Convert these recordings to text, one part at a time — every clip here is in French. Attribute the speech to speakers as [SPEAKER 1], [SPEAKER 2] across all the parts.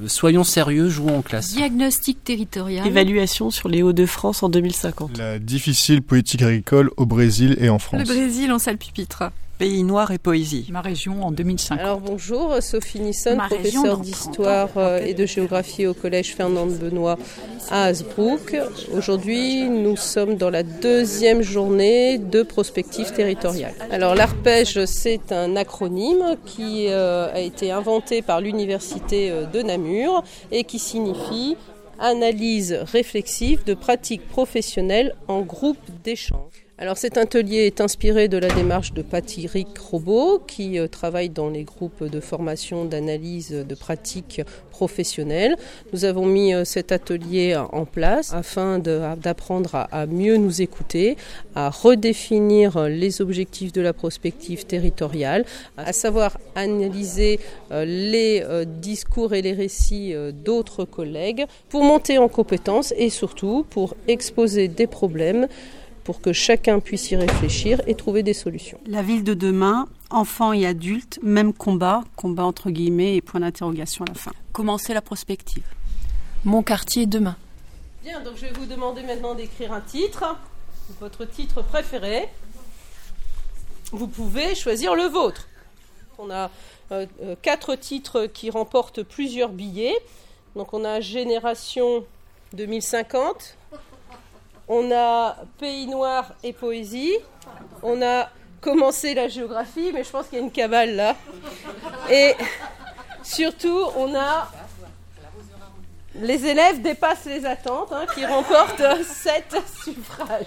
[SPEAKER 1] Soyons sérieux, jouons en classe.
[SPEAKER 2] Diagnostic territorial.
[SPEAKER 3] Évaluation sur les Hauts-de-France en 2050.
[SPEAKER 4] La difficile politique agricole au Brésil et en France.
[SPEAKER 2] Le Brésil en salle pupitre.
[SPEAKER 5] Pays noir et poésie.
[SPEAKER 6] Ma région en 2050.
[SPEAKER 7] Alors bonjour, Sophie Nisson,
[SPEAKER 2] Ma
[SPEAKER 7] professeure
[SPEAKER 2] région
[SPEAKER 7] d'histoire et de géographie au collège Fernand-Benoît à Hazebrouck. Aujourd'hui, nous sommes dans la deuxième journée de prospective territoriale. Alors l'ARPEJ, c'est un acronyme qui a été inventé par l'université de Namur et qui signifie analyse réflexive de pratiques professionnelles en groupe d'échange. Alors cet atelier est inspiré de la démarche de Patrick Robot qui travaille dans les groupes de formation d'analyse de pratiques professionnelles. Nous avons mis cet atelier en place afin d'apprendre à mieux nous écouter, à redéfinir les objectifs de la prospective territoriale, à savoir analyser les discours et les récits d'autres collègues pour monter en compétences et surtout pour exposer des problèmes pour que chacun puisse y réfléchir et trouver des solutions.
[SPEAKER 8] La ville de demain, enfants et adultes, même combat entre guillemets et point d'interrogation à la fin.
[SPEAKER 2] Commencer la prospective.
[SPEAKER 9] Mon quartier demain.
[SPEAKER 7] Bien, donc je vais vous demander maintenant d'écrire un titre, votre titre préféré. Vous pouvez choisir le vôtre. On a 4 titres qui remportent plusieurs billets. Donc on a Génération 2050. On a Pays noir et poésie. On a commencé la géographie, mais je pense qu'il y a une cabale là. Et surtout, on a les élèves dépassent les attentes, qui remportent 7 suffrages.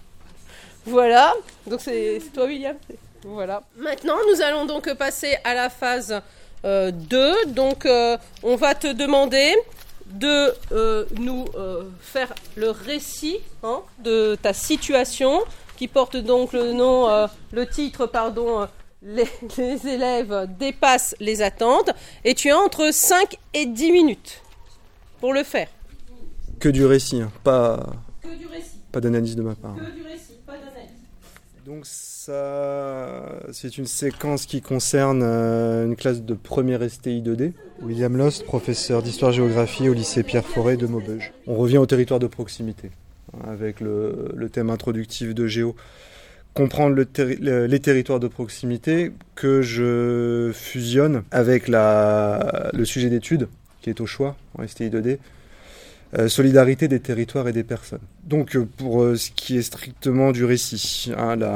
[SPEAKER 7] Voilà. Donc c'est toi, William. Voilà. Maintenant, nous allons donc passer à la phase 2. Donc, on va te demander de nous faire le récit de ta situation qui porte donc le titre, les élèves dépassent les attentes et tu as entre 5 et 10 minutes pour le faire.
[SPEAKER 10] Que du récit, pas
[SPEAKER 7] d'analyse
[SPEAKER 10] de ma part.
[SPEAKER 7] Que du récit, pas d'analyse.
[SPEAKER 10] Donc ça, c'est une séquence qui concerne une classe de première STI 2D. William Lost, professeur d'histoire-géographie au lycée Pierre Forêt de Maubeuge. On revient au territoire de proximité, avec le thème introductif de Géo. Comprendre les territoires de proximité que je fusionne avec le sujet d'étude, qui est au choix en STI 2D, solidarité des territoires et des personnes. Donc pour ce qui est strictement du récit,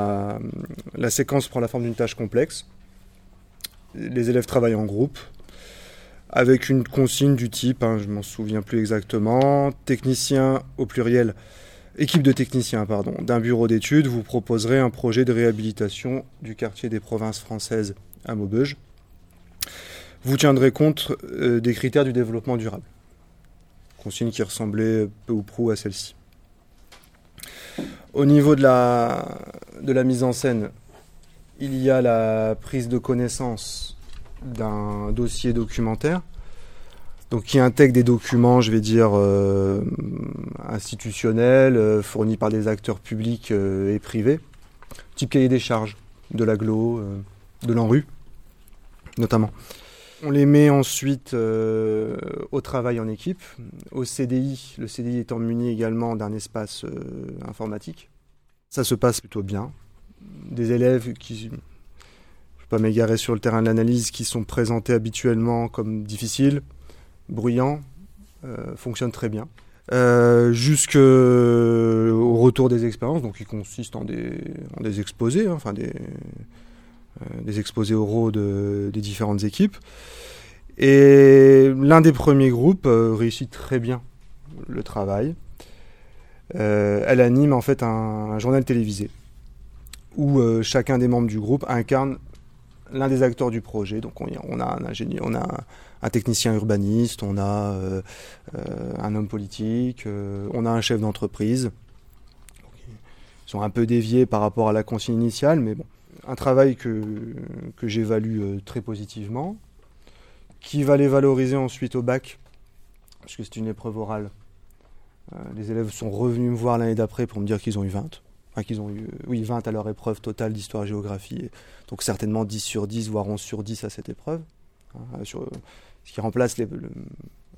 [SPEAKER 10] la séquence prend la forme d'une tâche complexe. Les élèves travaillent en groupe, avec une consigne du type, je ne m'en souviens plus exactement, technicien au pluriel, équipe de techniciens, d'un bureau d'études, vous proposerez un projet de réhabilitation du quartier des provinces françaises à Maubeuge. Vous tiendrez compte des critères du développement durable. Consigne qui ressemblait peu ou prou à celle-ci. Au niveau de la mise en scène, il y a la prise de connaissance d'un dossier documentaire, donc qui intègre des documents, institutionnels, fournis par des acteurs publics et privés, type cahier des charges de l'agglo, de l'ANRU, notamment. On les met ensuite au travail en équipe, au CDI, le CDI étant muni également d'un espace informatique. Ça se passe plutôt bien. Des élèves qui... pas m'égarer sur le terrain de l'analyse, qui sont présentés habituellement comme difficiles, bruyants, fonctionnent très bien. Jusqu'au retour des expériences, donc qui consistent en des exposés, des exposés oraux des différentes équipes. Et l'un des premiers groupes réussit très bien le travail. Elle anime en fait un journal télévisé où chacun des membres du groupe incarne l'un des acteurs du projet. Donc on a un ingénieur, on a un technicien urbaniste, on a un homme politique, on a un chef d'entreprise. Ils sont un peu déviés par rapport à la consigne initiale, mais bon. Un travail que j'évalue très positivement, qui va les valoriser ensuite au bac, parce que c'est une épreuve orale. Les élèves sont revenus me voir l'année d'après pour me dire qu'ils ont eu 20. Qu'ils ont eu 20 à leur épreuve totale d'histoire-géographie. Donc certainement 10 sur 10, voire 11 sur 10 à cette épreuve. Ce qui remplace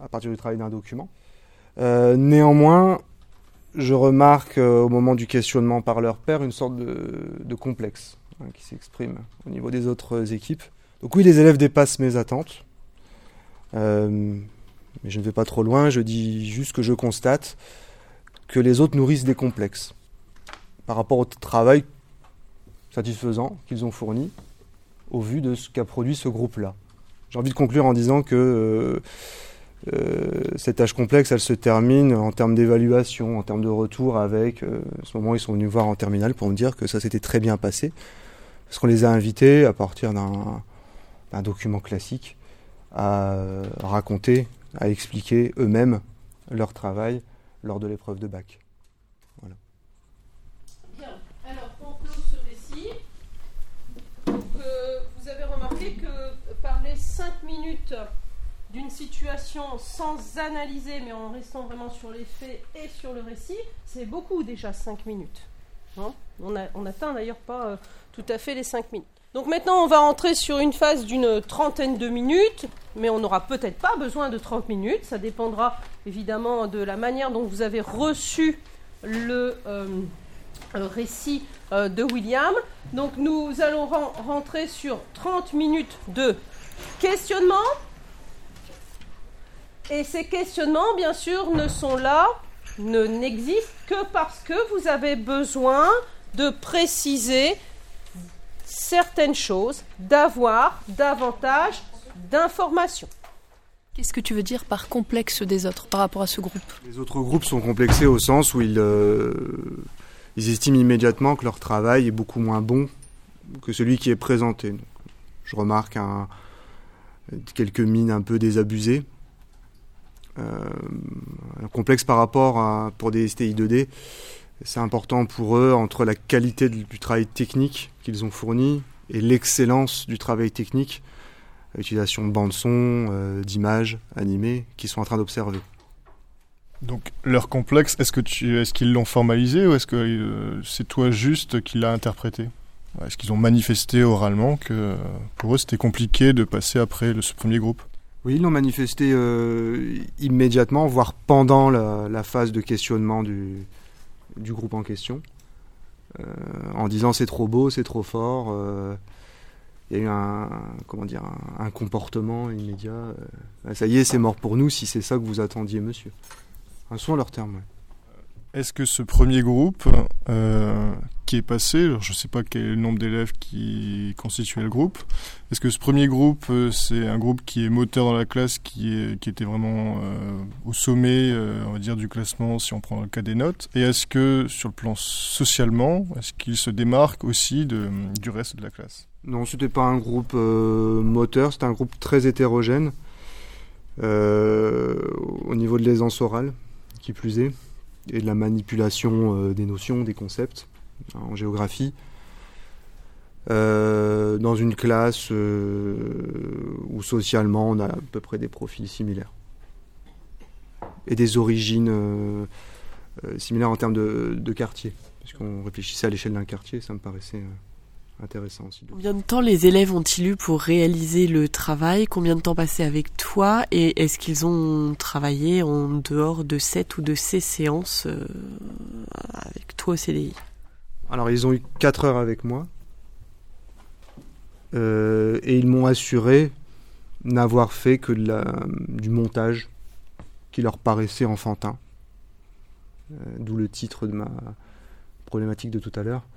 [SPEAKER 10] à partir du travail d'un document. Néanmoins, je remarque au moment du questionnement par leur père une sorte de complexe qui s'exprime au niveau des autres équipes. Donc oui, les élèves dépassent mes attentes, mais je ne vais pas trop loin, je dis juste que je constate que les autres nourrissent des complexes par rapport au travail satisfaisant qu'ils ont fourni au vu de ce qu'a produit ce groupe-là. J'ai envie de conclure en disant que cette tâche complexe, elle se termine en termes d'évaluation, en termes de retour avec... à ce moment, ils sont venus voir en terminale pour me dire que ça s'était très bien passé. Parce qu'on les a invités, à partir d'un document classique, à raconter, à expliquer eux-mêmes leur travail lors de l'épreuve de bac. Voilà.
[SPEAKER 7] Bien. Alors, on clôt ce récit. Donc, vous avez remarqué que parler 5 minutes d'une situation sans analyser, mais en restant vraiment sur les faits et sur le récit, c'est beaucoup déjà 5 minutes. Hein, on n'atteint d'ailleurs pas tout à fait les 5 minutes. Donc maintenant, on va entrer sur une phase d'une trentaine de minutes, mais on n'aura peut-être pas besoin de 30 minutes. Ça dépendra évidemment de la manière dont vous avez reçu le récit de William. Donc nous allons rentrer sur 30 minutes de questionnement. Et ces questionnements, bien sûr, n'existent que parce que vous avez besoin de préciser certaines choses, d'avoir davantage d'informations.
[SPEAKER 9] Qu'est-ce que tu veux dire par complexe des autres par rapport à ce groupe ?
[SPEAKER 10] Les autres groupes sont complexés au sens où ils estiment immédiatement que leur travail est beaucoup moins bon que celui qui est présenté. Donc, je remarque quelques mines un peu désabusées. Un complexe par rapport pour des STI 2D, c'est important pour eux entre la qualité du travail technique qu'ils ont fourni et l'excellence du travail technique, l'utilisation de bande-son, d'images animées qu'ils sont en train d'observer.
[SPEAKER 4] Donc leur complexe, est-ce qu'ils l'ont formalisé ou est-ce que c'est toi juste qui l'as interprété ? Est-ce qu'ils ont manifesté oralement que pour eux c'était compliqué de passer après ce premier groupe ?
[SPEAKER 10] Oui, ils l'ont manifesté immédiatement, voire pendant la phase de questionnement du groupe en question, en disant c'est trop beau, c'est trop fort. Il y a eu un comportement immédiat. Ça y est, c'est mort pour nous si c'est ça que vous attendiez, monsieur. Ce sont leurs termes. Ouais.
[SPEAKER 4] Est-ce que ce premier groupe qui est passé, alors je ne sais pas quel est le nombre d'élèves qui constituaient le groupe, est-ce que ce premier groupe, c'est un groupe qui est moteur dans la classe, qui était vraiment au sommet, on va dire, du classement, si on prend le cas des notes, et est-ce que, sur le plan socialement, est-ce qu'il se démarque aussi du reste de la classe ?
[SPEAKER 10] Non, ce n'était pas un groupe moteur, c'était un groupe très hétérogène, au niveau de l'aisance orale, qui plus est, et de la manipulation des notions, des concepts en géographie, dans une classe où socialement on a à peu près des profils similaires et des origines similaires en termes de quartier, puisqu'on réfléchissait à l'échelle d'un quartier, ça me paraissait intéressant aussi.
[SPEAKER 3] Combien de temps les élèves ont-ils eu pour réaliser le travail ? Combien de temps passé avec toi ? Et est-ce qu'ils ont travaillé en dehors de cette ou de ces séances avec toi au CDI ?
[SPEAKER 10] Alors ils ont eu 4 heures avec moi et ils m'ont assuré n'avoir fait que du montage qui leur paraissait enfantin. D'où le titre de ma problématique de tout à l'heure.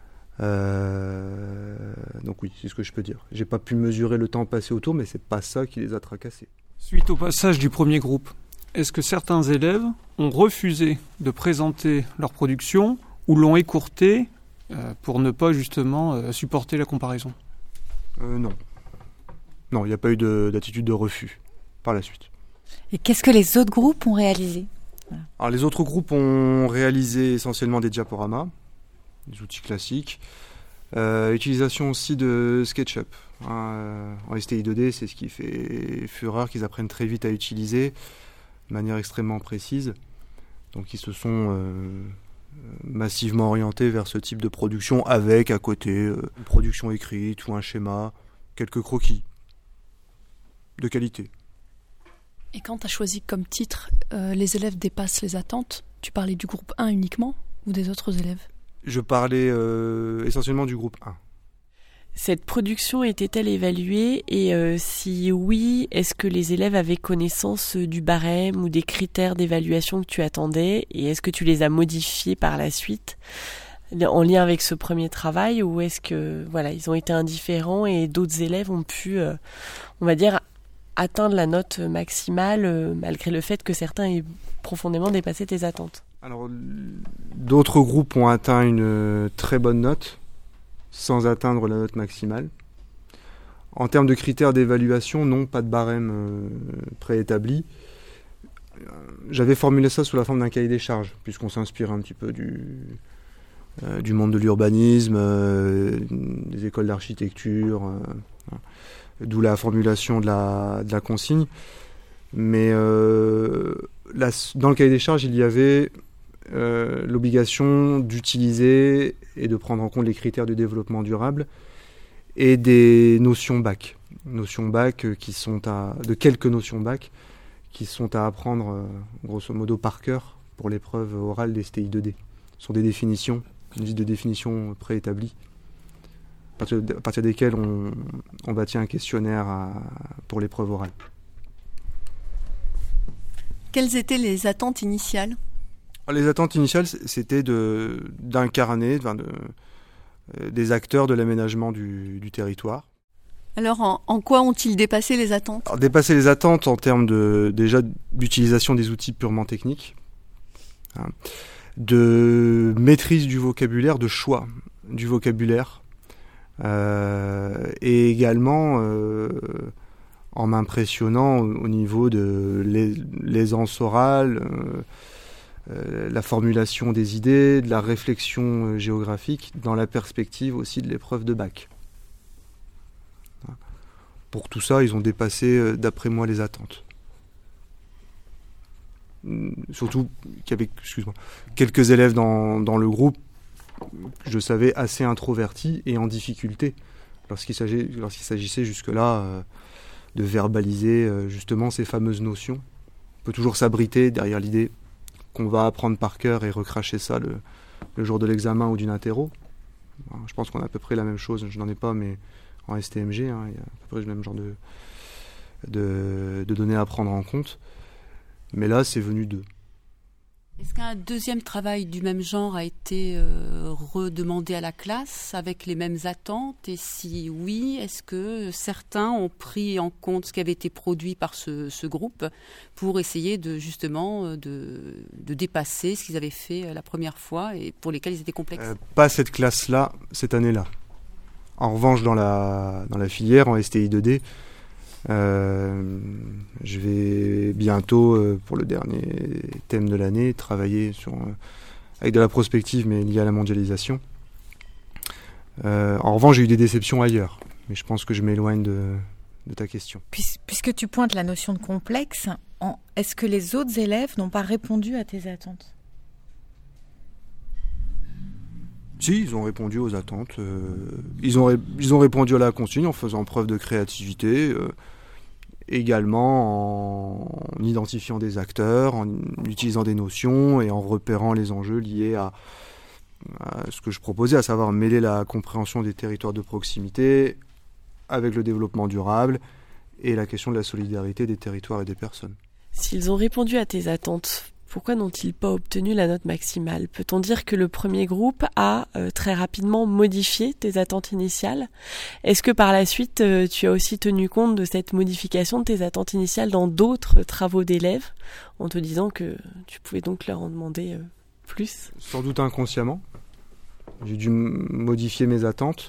[SPEAKER 10] Donc oui, c'est ce que je peux dire. J'ai pas pu mesurer le temps passé autour, mais c'est pas ça qui les a tracassés.
[SPEAKER 5] Suite au passage du premier groupe, est-ce que certains élèves ont refusé de présenter leur production ou l'ont écourté pour ne pas justement supporter la comparaison ?
[SPEAKER 10] Non. Non, il n'y a pas eu d'attitude de refus par la suite.
[SPEAKER 6] Et qu'est-ce que les autres groupes ont réalisé ?
[SPEAKER 10] Alors les autres groupes ont réalisé essentiellement des diaporamas, des outils classiques. Utilisation aussi de SketchUp. En STI 2D, c'est ce qui fait fureur, qu'ils apprennent très vite à utiliser de manière extrêmement précise. Donc ils se sont massivement orientés vers ce type de production avec à côté une production écrite ou un schéma, quelques croquis de qualité.
[SPEAKER 9] Et quand tu as choisi comme titre les élèves dépassent les attentes, tu parlais du groupe 1 uniquement ou des autres élèves ?
[SPEAKER 10] Je parlais essentiellement du groupe 1.
[SPEAKER 3] Cette production était-elle évaluée et si oui, est-ce que les élèves avaient connaissance du barème ou des critères d'évaluation que tu attendais et est-ce que tu les as modifiés par la suite en lien avec ce premier travail ou est-ce que voilà, ils ont été indifférents et d'autres élèves ont pu, on va dire, atteindre la note maximale malgré le fait que certains aient profondément dépassé tes attentes?
[SPEAKER 10] Alors, d'autres groupes ont atteint une très bonne note, sans atteindre la note maximale. En termes de critères d'évaluation, non, pas de barème préétabli. J'avais formulé ça sous la forme d'un cahier des charges, puisqu'on s'inspire un petit peu du monde de l'urbanisme, des écoles d'architecture, d'où la formulation de la consigne. Mais dans le cahier des charges, il y avait l'obligation d'utiliser et de prendre en compte les critères du développement durable et des notions bac. De quelques notions bac qui sont à apprendre grosso modo par cœur pour l'épreuve orale des STI 2D. Ce sont des définitions, une liste de définitions préétablies à partir desquelles on bâtit un questionnaire pour l'épreuve orale.
[SPEAKER 2] Quelles étaient les attentes initiales ?
[SPEAKER 10] Les attentes initiales, c'était d'incarner des acteurs de l'aménagement du territoire.
[SPEAKER 2] Alors, en quoi ont-ils dépassé les attentes ?
[SPEAKER 10] Alors, dépasser les attentes en termes déjà d'utilisation des outils purement techniques, de maîtrise du vocabulaire, de choix du vocabulaire, et également en m'impressionnant au niveau de l'aisance orale, la formulation des idées, de la réflexion géographique, dans la perspective aussi de l'épreuve de bac. Pour tout ça, ils ont dépassé, d'après moi, les attentes. Surtout qu'il y avait quelques élèves dans le groupe, je savais, assez introvertis et en difficulté lorsqu'il s'agissait jusque-là de verbaliser justement ces fameuses notions. On peut toujours s'abriter derrière l'idée qu'on va apprendre par cœur et recracher ça le jour de l'examen ou d'une interro. Alors, je pense qu'on a à peu près la même chose, je n'en ai pas, mais en STMG, il y a à peu près le même genre de données à prendre en compte. Mais là, c'est venu d'eux.
[SPEAKER 6] Est-ce qu'un deuxième travail du même genre a été redemandé à la classe avec les mêmes attentes? Et si oui, est-ce que certains ont pris en compte ce qui avait été produit par ce groupe pour essayer de dépasser ce qu'ils avaient fait la première fois et pour lesquels ils étaient complexes?
[SPEAKER 10] Pas cette classe-là, cette année-là. En revanche, dans la filière, en STI 2D, je vais bientôt, pour le dernier thème de l'année, travailler avec de la prospective, mais liée à la mondialisation. En revanche, j'ai eu des déceptions ailleurs, mais je pense que je m'éloigne de ta question.
[SPEAKER 6] Puisque tu pointes la notion de complexe, est-ce que les autres élèves n'ont pas répondu à tes attentes?
[SPEAKER 10] Si, ils ont répondu aux attentes. Ils ont répondu à la consigne en faisant preuve de créativité, également en identifiant des acteurs, en utilisant des notions et en repérant les enjeux liés à ce que je proposais, à savoir mêler la compréhension des territoires de proximité avec le développement durable et la question de la solidarité des territoires et des personnes.
[SPEAKER 3] S'ils ont répondu à tes attentes, pourquoi n'ont-ils pas obtenu la note maximale? Peut-on dire que le premier groupe a très rapidement modifié tes attentes initiales? Est-ce que par la suite, tu as aussi tenu compte de cette modification de tes attentes initiales dans d'autres travaux d'élèves, en te disant que tu pouvais donc leur en demander plus?
[SPEAKER 10] Sans doute inconsciemment. J'ai dû modifier mes attentes.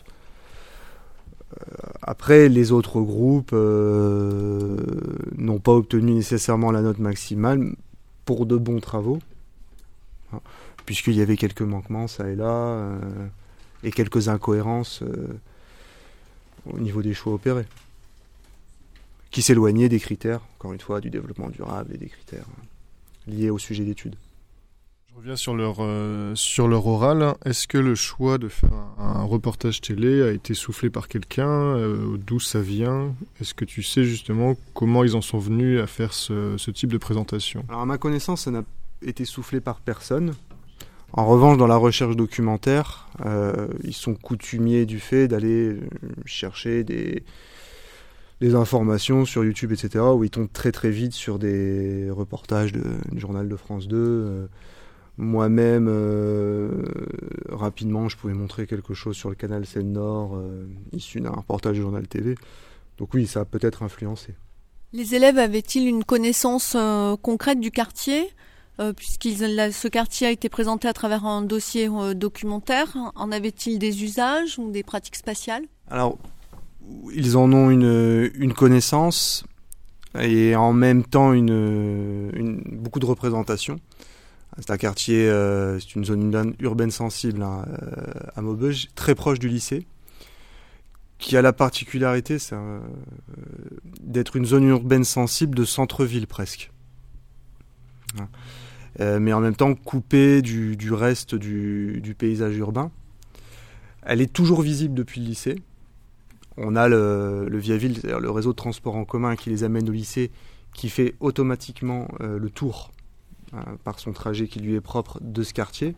[SPEAKER 10] Après, les autres groupes n'ont pas obtenu nécessairement la note maximale, pour de bons travaux, puisqu'il y avait quelques manquements ça et là, et quelques incohérences au niveau des choix opérés, qui s'éloignaient des critères, encore une fois, du développement durable et des critères liés au sujet d'étude.
[SPEAKER 4] Je Je reviens sur leur oral. Est-ce que le choix de faire un reportage télé a été soufflé par quelqu'un? D'où ça vient? Est-ce que tu sais justement comment ils en sont venus à faire ce type de présentation?
[SPEAKER 10] Alors à ma connaissance, ça n'a été soufflé par personne. En revanche, dans la recherche documentaire, ils sont coutumiers du fait d'aller chercher des informations sur YouTube, etc., où ils tombent très très vite sur des reportages du journal de France 2. Moi-même, rapidement, je pouvais montrer quelque chose sur le canal Seine-Nord, issu d'un reportage du journal TV. Donc oui, ça a peut-être influencé.
[SPEAKER 2] Les élèves avaient-ils une connaissance concrète du quartier, ce quartier a été présenté à travers un dossier documentaire? En avaient-ils des usages ou des pratiques spatiales? Alors,
[SPEAKER 10] ils en ont une connaissance et en même temps beaucoup de représentations. C'est un quartier, c'est une zone urbaine sensible à Maubeuge, très proche du lycée, qui a la particularité d'être une zone urbaine sensible de centre-ville presque. Mais en même temps coupée du reste du paysage urbain. Elle est toujours visible depuis le lycée. On a le Via-Ville, c'est-à-dire le réseau de transport en commun qui les amène au lycée, qui fait automatiquement le tour par son trajet qui lui est propre de ce quartier.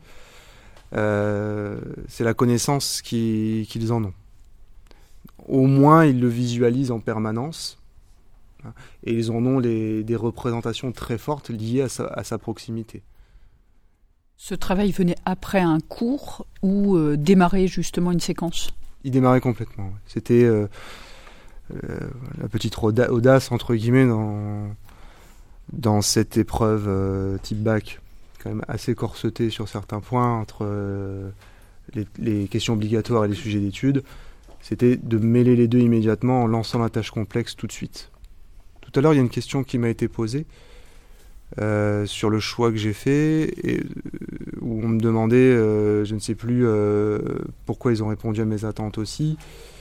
[SPEAKER 10] C'est la connaissance qu'ils en ont. Au moins, ils le visualisent en permanence. Et ils en ont des représentations très fortes liées à sa proximité.
[SPEAKER 11] Ce travail venait après un cours ou démarrait justement une séquence?
[SPEAKER 10] Il démarrait complètement. Ouais. C'était la petite audace, entre guillemets, dans cette épreuve type bac, quand même assez corsetée sur certains points, entre les questions obligatoires et les sujets d'études. C'était de mêler les deux immédiatement en lançant la tâche complexe tout de suite. Tout à l'heure, il y a une question qui m'a été posée sur le choix que j'ai fait, où on me demandait, je ne sais plus pourquoi ils ont répondu à mes attentes aussi.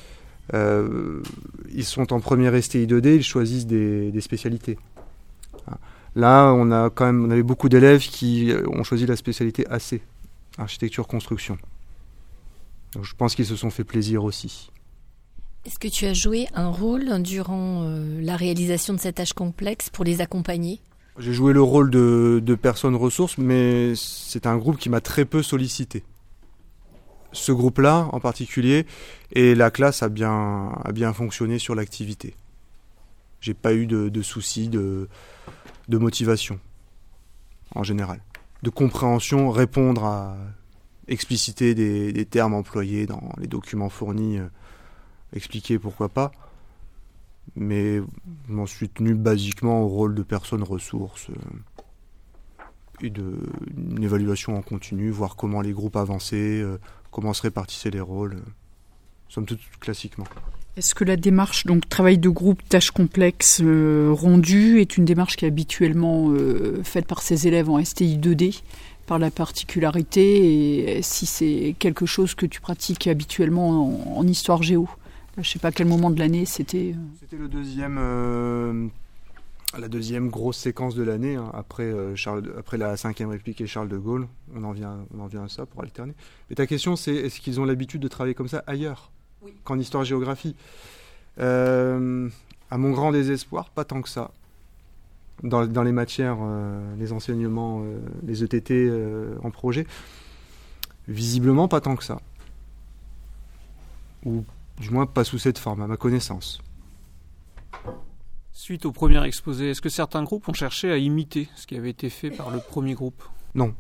[SPEAKER 10] Ils sont en première STI 2D, ils choisissent des spécialités. Là, on avait beaucoup d'élèves qui ont choisi la spécialité AC, architecture-construction. Donc, je pense qu'ils se sont fait plaisir aussi.
[SPEAKER 12] Est-ce que tu as joué un rôle durant la réalisation de cette tâche complexe pour les accompagner?
[SPEAKER 10] J'ai joué le rôle de personne ressource, mais c'est un groupe qui m'a très peu sollicité. Ce groupe-là, en particulier, et la classe a bien fonctionné sur l'activité. J'ai pas eu de soucis de motivation, en général. De compréhension, répondre à expliciter des termes employés dans les documents fournis, expliquer pourquoi pas. Mais je m'en suis tenu basiquement au rôle de personne ressource et d'une évaluation en continu, voir comment les groupes avançaient, comment se répartissaient les rôles, somme toute classiquement.
[SPEAKER 11] Est-ce que la démarche, donc travail de groupe, tâche complexe rendue, est une démarche qui est habituellement faite par ces élèves en STI 2D, par la particularité, et si c'est quelque chose que tu pratiques habituellement en histoire géo? Je ne sais pas à quel moment de l'année c'était.
[SPEAKER 10] C'était la deuxième grosse séquence de l'année, hein, après la 5e République et Charles de Gaulle. On en vient à ça pour alterner. Mais ta question, c'est est-ce qu'ils ont l'habitude de travailler comme ça ailleurs, oui, qu'en histoire-géographie? À mon grand désespoir, pas tant que ça. Dans les matières, les enseignements, les ETT en projet, visiblement pas tant que ça. Ou du moins pas sous cette forme, à ma connaissance.
[SPEAKER 5] Suite au premier exposé, est-ce que certains groupes ont cherché à imiter ce qui avait été fait par le premier groupe?
[SPEAKER 10] Non.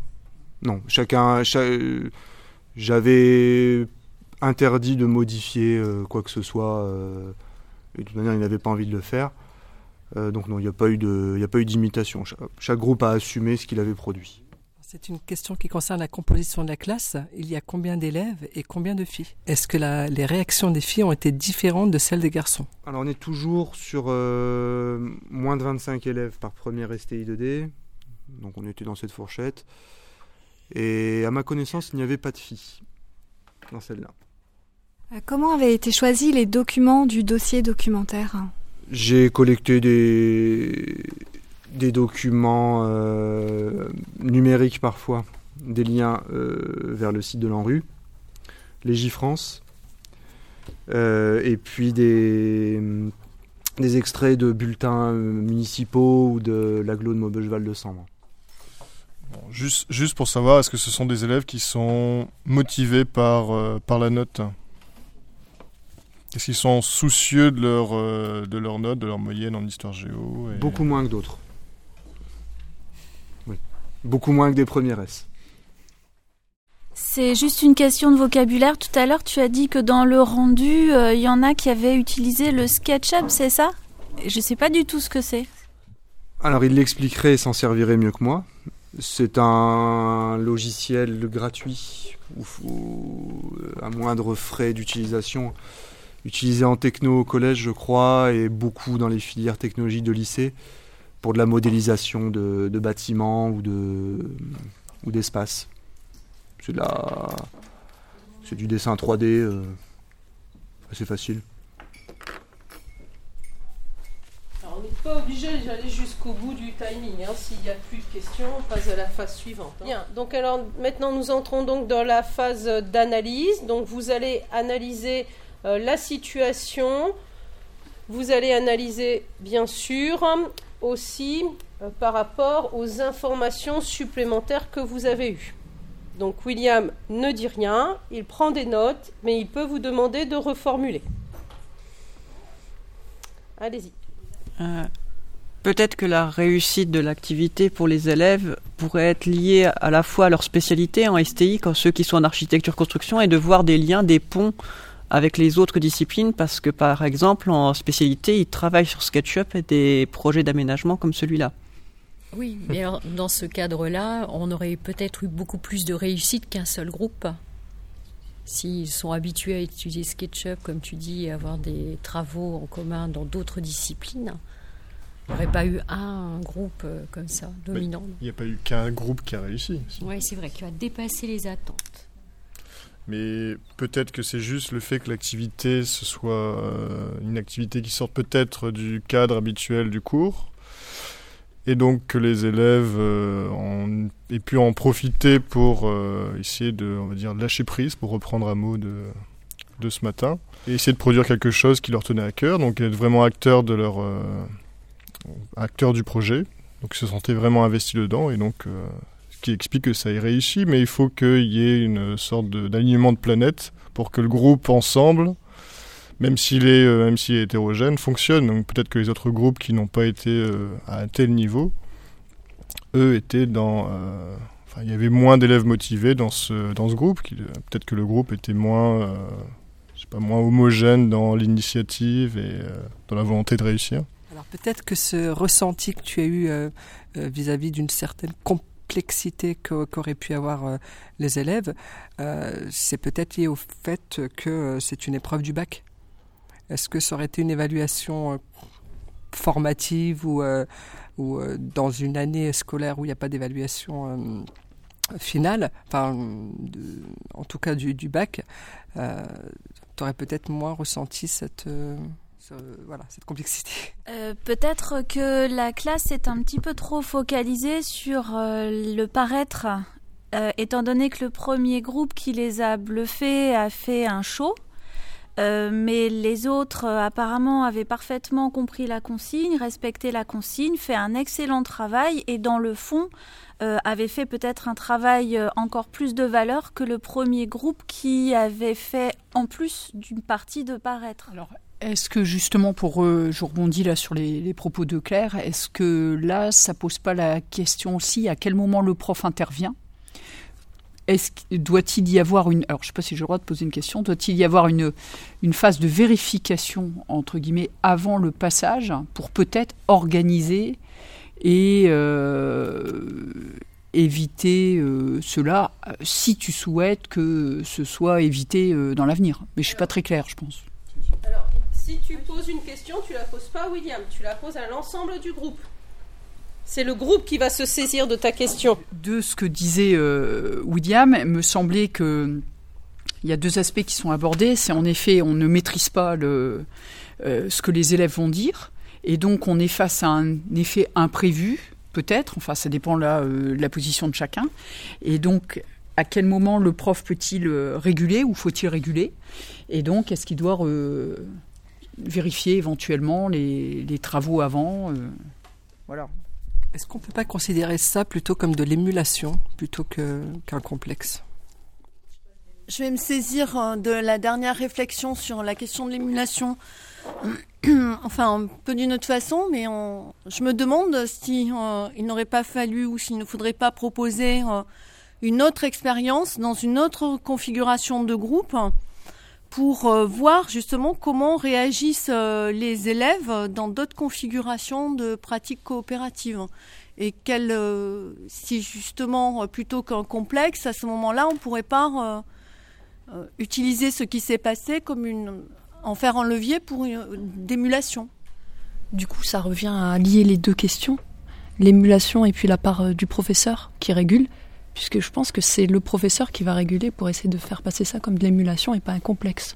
[SPEAKER 10] J'avais interdit de modifier quoi que ce soit, et de toute manière, ils n'avaient pas envie de le faire. Donc non, il n'y a pas eu d'imitation. Chaque groupe a assumé ce qu'il avait produit.
[SPEAKER 13] C'est une question qui concerne la composition de la classe. Il y a combien d'élèves et combien de filles? Est-ce que les réactions des filles ont été différentes de celles des garçons?
[SPEAKER 10] Alors on est toujours sur moins de 25 élèves par première STI 2D. Donc on était dans cette fourchette. Et à ma connaissance, il n'y avait pas de filles dans celle-là.
[SPEAKER 14] Comment avaient été choisis les documents du dossier documentaire?
[SPEAKER 10] J'ai collecté des documents numériques parfois, des liens vers le site de l'ANRU, Légifrance, et puis des extraits de bulletins municipaux ou de l'agglo de Maubeuge-Val de Sambre.
[SPEAKER 4] Bon, juste pour savoir, est-ce que ce sont des élèves qui sont motivés par la note ? Est-ce qu'ils sont soucieux de leur note, de leur moyenne en histoire géo
[SPEAKER 10] Beaucoup moins que d'autres. Oui. Beaucoup moins que des premières S.
[SPEAKER 15] C'est juste une question de vocabulaire. Tout à l'heure, tu as dit que dans le rendu, il y en a qui avaient utilisé le SketchUp, c'est ça ? Je ne sais pas du tout ce que c'est.
[SPEAKER 10] Alors, il l'expliquerait et s'en servirait mieux que moi. C'est un logiciel gratuit ou à moindre frais d'utilisation, utilisé en techno au collège, je crois, et beaucoup dans les filières technologiques de lycée pour de la modélisation de bâtiments ou d'espaces. C'est du dessin 3D assez facile.
[SPEAKER 7] Alors, on n'est pas obligé d'aller jusqu'au bout du timing. S'il n'y a plus de questions, on passe à la phase suivante. Bien, donc alors maintenant nous entrons donc dans la phase d'analyse. Donc vous allez analyser la situation. Vous allez analyser bien sûr aussi par rapport aux informations supplémentaires que vous avez eues. Donc William ne dit rien, il prend des notes, mais il peut vous demander de reformuler. Allez-y.
[SPEAKER 16] Peut-être que la réussite de l'activité pour les élèves pourrait être liée à la fois à leur spécialité en STI, quand ceux qui sont en architecture-construction, et de voir des liens, des ponts avec les autres disciplines, parce que par exemple en spécialité, ils travaillent sur SketchUp et des projets d'aménagement comme celui-là.
[SPEAKER 12] Oui, mais alors, dans ce cadre-là, on aurait peut-être eu beaucoup plus de réussite qu'un seul groupe. S'ils sont habitués à utiliser SketchUp, comme tu dis, et avoir des travaux en commun dans d'autres disciplines, il n'y aurait pas eu un groupe comme ça, dominant.
[SPEAKER 4] Il n'y a pas eu qu'un groupe qui a réussi.
[SPEAKER 12] Oui, c'est vrai, qui a dépassé les attentes.
[SPEAKER 4] Mais peut-être que c'est juste le fait que l'activité, ce soit une activité qui sorte peut-être du cadre habituel du cours. Et donc que les élèves aient pu en profiter pour essayer de lâcher prise, pour reprendre un mot de ce matin, et essayer de produire quelque chose qui leur tenait à cœur, donc être vraiment acteurs du projet, donc ils se sentaient vraiment investis dedans, et donc ce qui explique que ça ait réussi, mais il faut qu'il y ait une sorte d'alignement de planète pour que le groupe ensemble, même s'il est hétérogène, fonctionne. Donc peut-être que les autres groupes qui n'ont pas été à un tel niveau, eux étaient il y avait moins d'élèves motivés dans ce groupe. Peut-être que le groupe était moins homogène dans l'initiative et dans la volonté de réussir.
[SPEAKER 13] Alors peut-être que ce ressenti que tu as eu vis-à-vis d'une certaine complexité qu'auraient pu avoir les élèves, c'est peut-être lié au fait que c'est une épreuve du bac. Est-ce que ça aurait été une évaluation formative ou dans une année scolaire où il n'y a pas d'évaluation finale, en tout cas du bac, tu aurais peut-être moins ressenti cette complexité.
[SPEAKER 15] Peut-être que la classe est un petit peu trop focalisée sur le paraître, étant donné que le premier groupe qui les a bluffés a fait un show. Mais les autres, apparemment, avaient parfaitement compris la consigne, respecté la consigne, fait un excellent travail et, dans le fond, avaient fait peut-être un travail encore plus de valeur que le premier groupe qui avait fait, en plus d'une partie de paraître.
[SPEAKER 11] Alors, est-ce que, justement, je rebondis là sur les propos de Claire, est-ce que là, ça pose pas la question aussi à quel moment le prof intervient ? Doit-il y avoir alors je ne sais pas si j'ai le droit de poser une question, doit-il y avoir une phase de vérification, entre guillemets, avant le passage, pour peut-être organiser et éviter cela, si tu souhaites que ce soit évité dans l'avenir. Mais je ne suis pas très claire, je pense.
[SPEAKER 7] Alors, si tu poses une question, tu ne la poses pas à William, tu la poses à l'ensemble du groupe. C'est le groupe qui va se saisir de ta question.
[SPEAKER 11] De ce que disait William, il me semblait qu'il y a deux aspects qui sont abordés. C'est en effet, on ne maîtrise pas ce que les élèves vont dire. Et donc, on est face à un effet imprévu, peut-être, enfin ça dépend là, de la position de chacun. Et donc, à quel moment le prof peut-il réguler ou faut-il réguler? Et donc, est-ce qu'il doit vérifier éventuellement les travaux avant voilà.
[SPEAKER 13] Est-ce qu'on ne peut pas considérer ça plutôt comme de l'émulation plutôt qu'un complexe?
[SPEAKER 2] Je vais me saisir de la dernière réflexion sur la question de l'émulation. Enfin, un peu d'une autre façon, mais je me demande si il n'aurait pas fallu ou s'il ne faudrait pas proposer une autre expérience dans une autre configuration de groupe pour voir justement comment réagissent les élèves dans d'autres configurations de pratiques coopératives. Et si justement, plutôt qu'un complexe, à ce moment-là, on ne pourrait pas utiliser ce qui s'est passé en faire un levier pour d'émulation.
[SPEAKER 9] Du coup, ça revient à lier les deux questions, l'émulation et puis la part du professeur qui régule, puisque je pense que c'est le professeur qui va réguler pour essayer de faire passer ça comme de l'émulation et pas un complexe.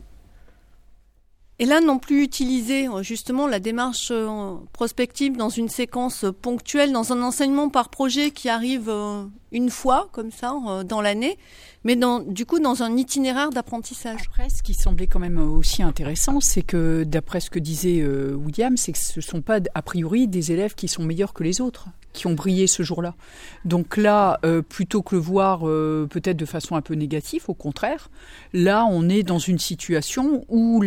[SPEAKER 2] Et là, non plus utiliser justement la démarche prospective dans une séquence ponctuelle, dans un enseignement par projet qui arrive une fois, comme ça, dans l'année, mais du coup dans un itinéraire d'apprentissage.
[SPEAKER 11] Après, ce qui semblait quand même aussi intéressant, c'est que d'après ce que disait William, c'est que ce ne sont pas a priori des élèves qui sont meilleurs que les autres, qui ont brillé ce jour-là. Donc là, plutôt que le voir peut-être de façon un peu négative, au contraire, là on est dans une situation où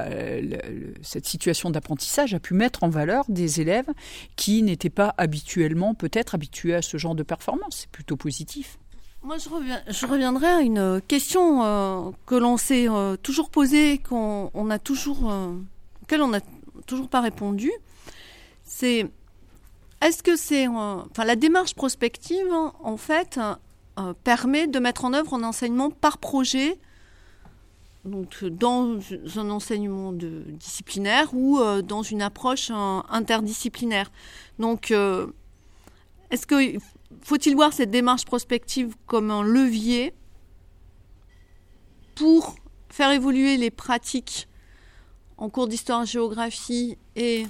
[SPEAKER 11] cette situation d'apprentissage a pu mettre en valeur des élèves qui n'étaient pas habituellement peut-être habitués à ce genre de performance. C'est plutôt positif.
[SPEAKER 2] Moi, je reviendrai à une question que l'on s'est toujours posée, auquel on n'a toujours pas répondu. C'est est-ce que la démarche prospective, en fait, permet de mettre en œuvre un enseignement par projet, donc dans un enseignement disciplinaire ou dans une approche interdisciplinaire. Donc, faut-il voir cette démarche prospective comme un levier pour faire évoluer les pratiques en cours d'histoire-géographie et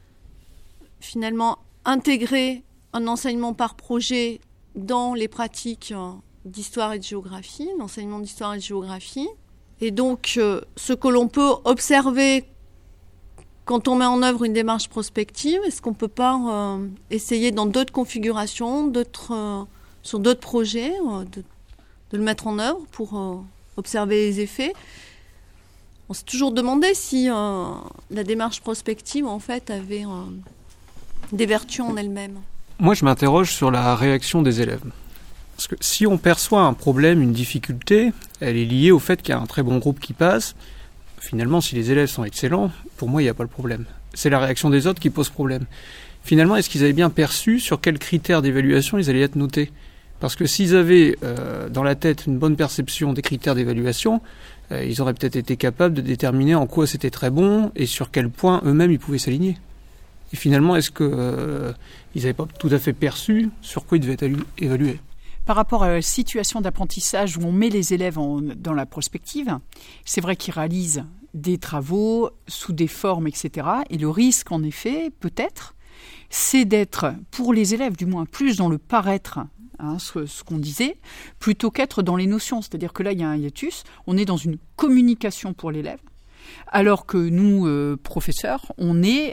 [SPEAKER 2] finalement intégrer un enseignement par projet dans les pratiques d'histoire et de géographie, l'enseignement d'histoire et de géographie. Et donc, ce que l'on peut observer quand on met en œuvre une démarche prospective, est-ce qu'on ne peut pas essayer dans d'autres configurations, sur d'autres projets, de le mettre en œuvre pour observer les effets? On s'est toujours demandé si la démarche prospective, en fait, avait des vertus en elle-même.
[SPEAKER 5] Moi, je m'interroge sur la réaction des élèves. Parce que si on perçoit un problème, une difficulté, elle est liée au fait qu'il y a un très bon groupe qui passe. Finalement, si les élèves sont excellents, pour moi, il n'y a pas le problème. C'est la réaction des autres qui pose problème. Finalement, est-ce qu'ils avaient bien perçu sur quels critères d'évaluation ils allaient être notés? Parce que s'ils avaient dans la tête une bonne perception des critères d'évaluation, ils auraient peut-être été capables de déterminer en quoi c'était très bon et sur quel point eux-mêmes ils pouvaient s'aligner. Et finalement, est-ce qu'ils n'avaient pas tout à fait perçu sur quoi ils devaient être évalués?
[SPEAKER 11] Par rapport à la situation d'apprentissage où on met les élèves dans la prospective, c'est vrai qu'ils réalisent des travaux sous des formes, etc. Et le risque, en effet, peut-être, c'est d'être, pour les élèves du moins, plus dans le paraître, ce qu'on disait, plutôt qu'être dans les notions. C'est-à-dire que là, il y a un hiatus, on est dans une communication pour l'élève, alors que nous, professeurs, on est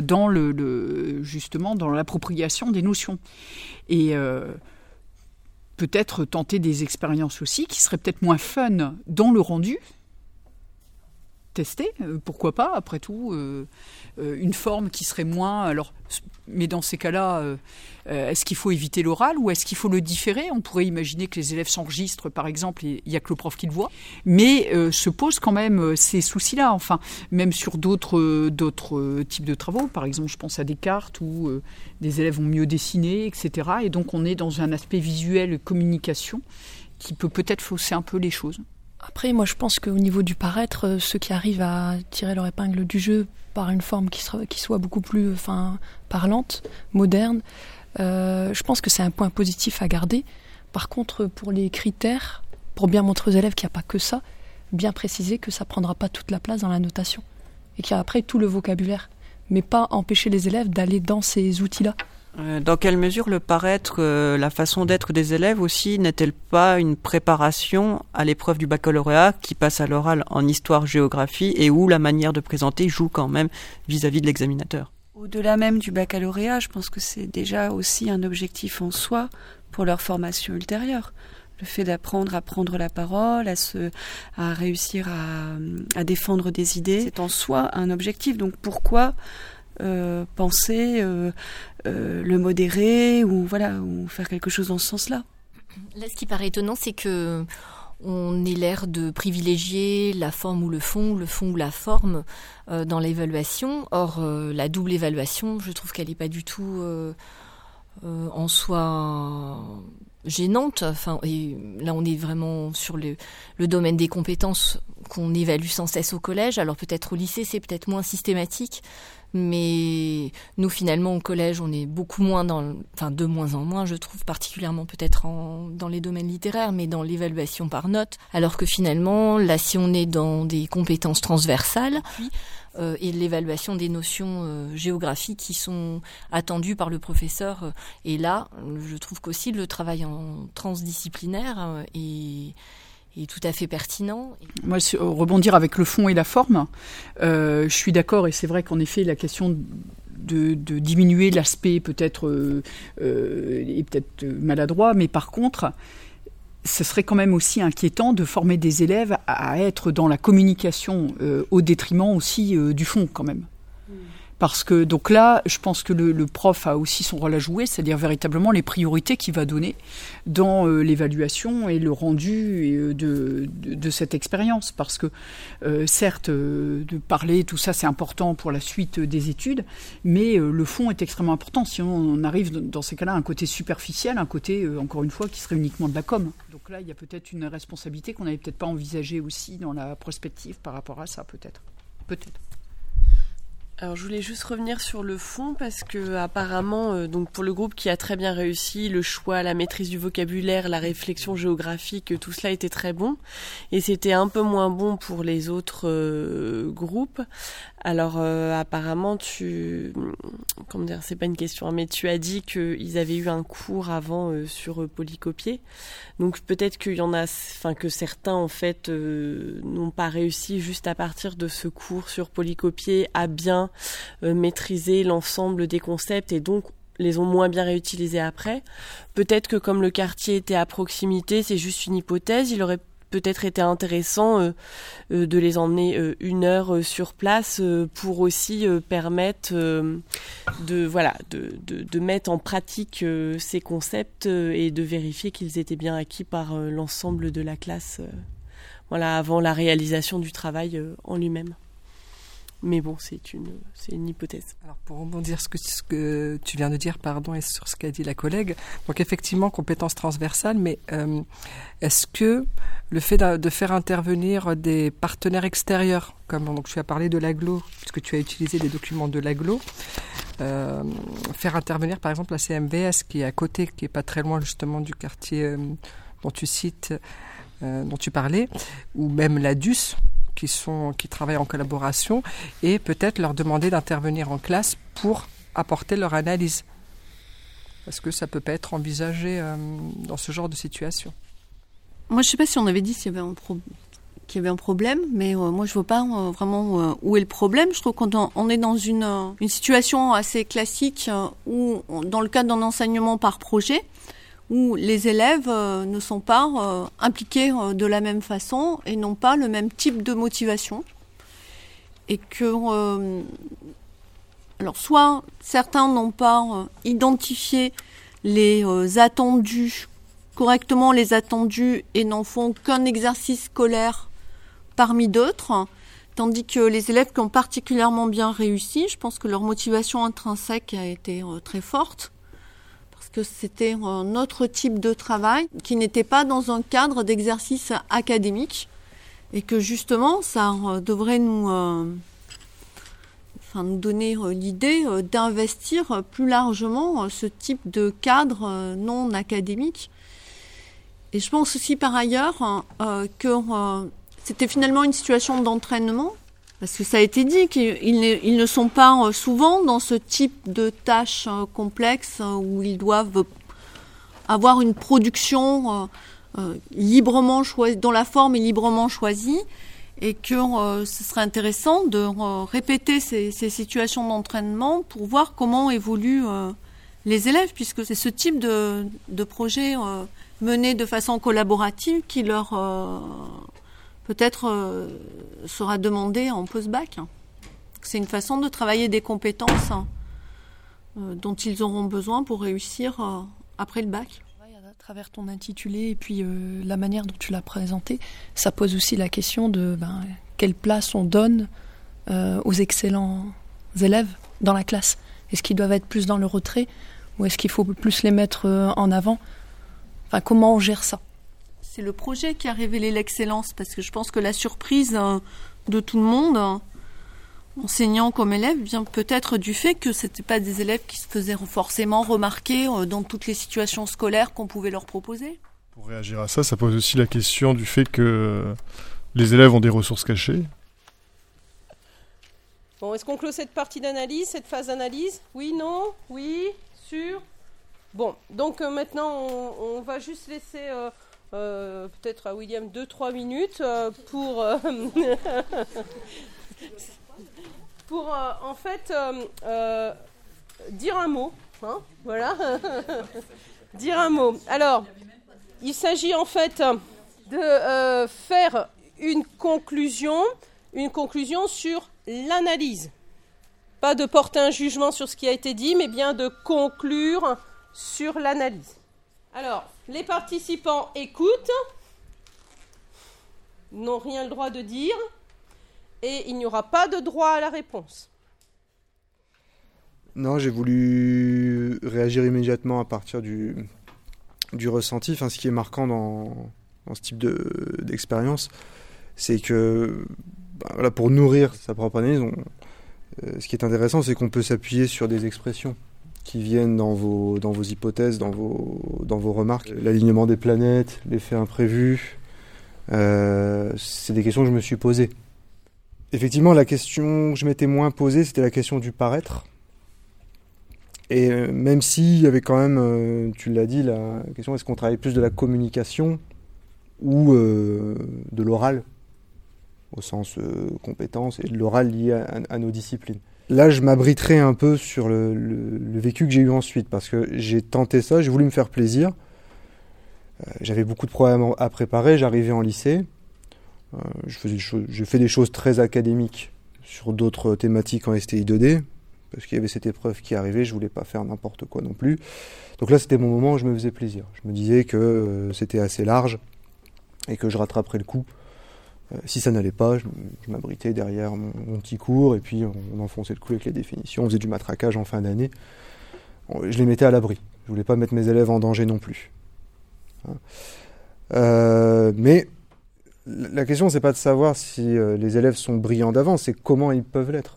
[SPEAKER 11] justement dans l'appropriation des notions. Et peut-être tenter des expériences aussi qui seraient peut-être moins fun dans le rendu, tester, pourquoi pas, après tout, une forme qui serait moins... Alors, mais dans ces cas-là, est-ce qu'il faut éviter l'oral ou est-ce qu'il faut le différer? On pourrait imaginer que les élèves s'enregistrent, par exemple, et il n'y a que le prof qui le voit. Mais se posent quand même ces soucis-là. Enfin, même sur d'autres types de travaux. Par exemple, je pense à des cartes où des élèves ont mieux dessiné, etc. Et donc, on est dans un aspect visuel, communication, qui peut peut-être fausser un peu les choses.
[SPEAKER 9] Après, moi, je pense qu'au niveau du paraître, ceux qui arrivent à tirer leur épingle du jeu par une forme qui soit beaucoup plus parlante, moderne, je pense que c'est un point positif à garder. Par contre, pour les critères, pour bien montrer aux élèves qu'il n'y a pas que ça, bien préciser que ça ne prendra pas toute la place dans la notation et qu'il y a après tout le vocabulaire, mais pas empêcher les élèves d'aller dans ces outils-là
[SPEAKER 16] Dans quelle mesure le paraître, la façon d'être des élèves aussi, n'est-elle pas une préparation à l'épreuve du baccalauréat qui passe à l'oral en histoire-géographie et où la manière de présenter joue quand même vis-à-vis de l'examinateur?
[SPEAKER 17] Au-delà même du baccalauréat, je pense que c'est déjà aussi un objectif en soi pour leur formation ultérieure. Le fait d'apprendre à prendre la parole, à réussir à défendre des idées, c'est en soi un objectif. Donc pourquoi penser le modérer ou faire quelque chose dans ce sens-là.
[SPEAKER 12] Là, ce qui paraît étonnant, c'est que on ait l'air de privilégier la forme ou le fond ou la forme dans l'évaluation. Or, la double évaluation, je trouve qu'elle n'est pas du tout en soi gênante. Et là, on est vraiment sur le domaine des compétences qu'on évalue sans cesse au collège. Alors peut-être au lycée, c'est peut-être moins systématique. Mais nous, finalement, au collège, on est beaucoup moins de moins en moins, je trouve, particulièrement peut-être dans les domaines littéraires, mais dans l'évaluation par notes. Alors que finalement, là, si on est dans des compétences transversales, et l'évaluation des notions géographiques qui sont attendues par le professeur, et là, je trouve qu'aussi le travail en transdisciplinaire est tout à fait pertinent.
[SPEAKER 11] Moi, rebondir avec le fond et la forme, je suis d'accord, et c'est vrai qu'en effet, la question de diminuer l'aspect peut-être est peut-être maladroit, mais par contre, ce serait quand même aussi inquiétant de former des élèves à être dans la communication au détriment aussi du fond quand même. Parce que, donc là, je pense que le prof a aussi son rôle à jouer, c'est-à-dire véritablement les priorités qu'il va donner dans l'évaluation et le rendu de cette expérience. Parce que, certes, de parler, tout ça, c'est important pour la suite des études, mais le fond est extrêmement important. Sinon, on arrive dans ces cas-là à un côté superficiel, un côté, encore une fois, qui serait uniquement de la com. Donc là, il y a peut-être une responsabilité qu'on n'avait peut-être pas envisagée aussi dans la prospective par rapport à ça, peut-être. Peut-être.
[SPEAKER 3] Alors je voulais juste revenir sur le fond parce que apparemment, donc pour le groupe qui a très bien réussi, le choix, la maîtrise du vocabulaire, la réflexion géographique, tout cela était très bon, et c'était un peu moins bon pour les autres groupes. Alors apparemment comment dire, c'est pas une question, mais tu as dit qu'ils avaient eu un cours avant sur polycopier. Donc peut-être qu'il y en a, que certains en fait n'ont pas réussi juste à partir de ce cours sur polycopier à bien maîtriser l'ensemble des concepts et donc les ont moins bien réutilisés après. Peut-être que comme le quartier était à proximité, c'est juste une hypothèse, il aurait peut-être été intéressant de les emmener 1 heure sur place pour aussi permettre de mettre en pratique ces concepts et de vérifier qu'ils étaient bien acquis par l'ensemble de la classe avant la réalisation du travail en lui-même. Mais bon, c'est une hypothèse.
[SPEAKER 13] Alors pour rebondir ce que tu viens de dire, et sur ce qu'a dit la collègue, donc effectivement compétences transversales, mais est-ce que le fait de faire intervenir des partenaires extérieurs, comme donc tu as parlé de l'AGLO, puisque tu as utilisé des documents de l'AGLO, faire intervenir par exemple la CMVS qui est à côté, qui est pas très loin justement du quartier dont tu parlais, ou même la DUS, qui travaillent en collaboration, et peut-être leur demander d'intervenir en classe pour apporter leur analyse. Parce que ça peut pas être envisagé dans ce genre de situation.
[SPEAKER 2] Moi, je ne sais pas si on avait dit qu'il y avait un problème, mais moi, je ne vois pas vraiment où est le problème. Je trouve qu'on est dans une situation assez classique où, dans le cadre d'un enseignement par projet, où les élèves ne sont pas impliqués de la même façon et n'ont pas le même type de motivation. Et que, alors soit certains n'ont pas identifié correctement les attendus et n'en font qu'un exercice scolaire parmi d'autres, tandis que les élèves qui ont particulièrement bien réussi, je pense que leur motivation intrinsèque a été très forte. Que c'était un autre type de travail qui n'était pas dans un cadre d'exercice académique et que justement ça devrait nous donner l'idée d'investir plus largement ce type de cadre non académique. Et je pense aussi par ailleurs que c'était finalement une situation d'entraînement Parce que ça a été dit qu'ils ne sont pas souvent dans ce type de tâches complexes où ils doivent avoir une production librement choisie, dont la forme est librement choisie, et que ce serait intéressant de répéter ces situations d'entraînement pour voir comment évoluent les élèves, puisque c'est ce type de projet mené de façon collaborative qui leur peut-être sera demandé en post-bac. C'est une façon de travailler des compétences dont ils auront besoin pour réussir après le bac.
[SPEAKER 9] À travers ton intitulé et puis la manière dont tu l'as présenté, ça pose aussi la question de quelle place on donne aux excellents élèves dans la classe. Est-ce qu'ils doivent être plus dans le retrait ou est-ce qu'il faut plus les mettre en avant ? Enfin, comment on gère ça ?
[SPEAKER 2] C'est le projet qui a révélé l'excellence, parce que je pense que la surprise de tout le monde, enseignants comme élèves, vient peut-être du fait que ce n'étaient pas des élèves qui se faisaient forcément remarquer dans toutes les situations scolaires qu'on pouvait leur proposer.
[SPEAKER 4] Pour réagir à ça, ça pose aussi la question du fait que les élèves ont des ressources cachées.
[SPEAKER 7] Bon, est-ce qu'on clôt cette partie d'analyse, cette phase d'analyse ? Oui, non ? Oui ? Sûr ? Bon, donc maintenant, on va juste laisser peut-être à William 2-3 minutes pour... pour en fait dire un mot, hein, voilà, dire un mot. Alors, il s'agit en fait de faire une conclusion sur l'analyse. Pas de porter un jugement sur ce qui a été dit, mais bien de conclure sur l'analyse. Alors, les participants écoutent, n'ont rien le droit de dire, et il n'y aura pas de droit à la réponse.
[SPEAKER 10] Non, j'ai voulu réagir immédiatement à partir du ressenti. Enfin, ce qui est marquant dans ce type d'expérience, c'est que voilà, pour nourrir sa propre analyse, ce qui est intéressant, c'est qu'on peut s'appuyer sur des expressions qui viennent dans vos hypothèses, dans vos remarques. L'alignement des planètes, l'effet imprévu, c'est des questions que je me suis posées. Effectivement, la question que je m'étais moins posée, c'était la question du paraître. Et même s'il y avait quand même, tu l'as dit, la question est-ce qu'on travaille plus de la communication ou de l'oral, au sens compétence, et de l'oral lié à nos disciplines. Là, je m'abriterai un peu sur le vécu que j'ai eu ensuite, parce que j'ai tenté ça, j'ai voulu me faire plaisir. J'avais beaucoup de programmes à préparer, j'arrivais en lycée. J'ai fait des choses très académiques sur d'autres thématiques en STI 2D, parce qu'il y avait cette épreuve qui arrivait, je voulais pas faire n'importe quoi non plus. Donc là, c'était mon moment où je me faisais plaisir. Je me disais que c'était assez large et que je rattraperais le coup. Si ça n'allait pas, je m'abritais derrière mon petit cours et puis on enfonçait le clou avec les définitions, on faisait du matraquage en fin d'année. Je les mettais à l'abri. Je voulais pas mettre mes élèves en danger non plus. Mais la question, c'est pas de savoir si les élèves sont brillants d'avance, c'est comment ils peuvent l'être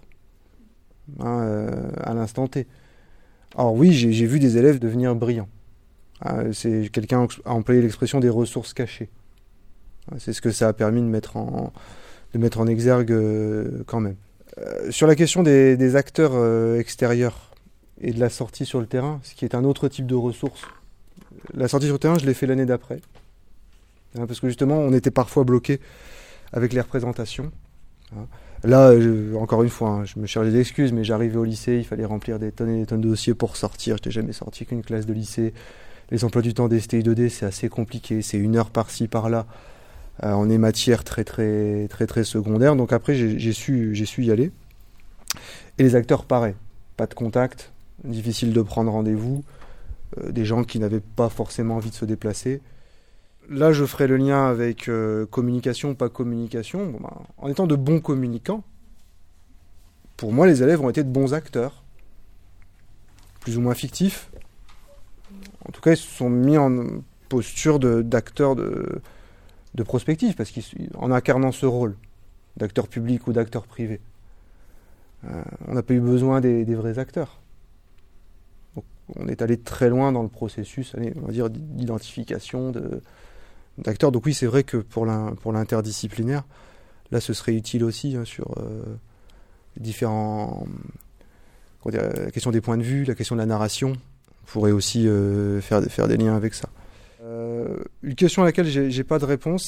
[SPEAKER 10] à l'instant T. Alors oui, j'ai vu des élèves devenir brillants. Quelqu'un a employé l'expression des ressources cachées. C'est ce que ça a permis de mettre en exergue quand même. Sur la question des acteurs extérieurs et de la sortie sur le terrain, ce qui est un autre type de ressources. La sortie sur le terrain, je l'ai fait l'année d'après. Parce que justement, on était parfois bloqué avec les représentations. Là, encore une fois, je me cherchais des excuses, mais j'arrivais au lycée, il fallait remplir des tonnes et des tonnes de dossiers pour sortir. Je n'étais jamais sorti qu'une classe de lycée. Les emplois du temps des STI 2D, c'est assez compliqué. C'est 1 heure par-ci, par-là. On est matière très secondaire. Donc après, j'ai su y aller. Et les acteurs, pareil. Pas de contact, difficile de prendre rendez-vous. Des gens qui n'avaient pas forcément envie de se déplacer. Là, je ferai le lien avec communication, pas communication. En étant de bons communicants, pour moi, les élèves ont été de bons acteurs. Plus ou moins fictifs. En tout cas, ils se sont mis en posture d'acteurs de prospective, parce qu'en incarnant ce rôle d'acteur public ou d'acteur privé, on n'a pas eu besoin des vrais acteurs. Donc, on est allé très loin dans le processus, on va dire, d'identification d'acteurs. Donc oui, c'est vrai que pour l'interdisciplinaire, Là, ce serait utile aussi sur différents... la question des points de vue, la question de la narration. On pourrait aussi faire des liens avec ça. Une question à laquelle j'ai pas de réponse,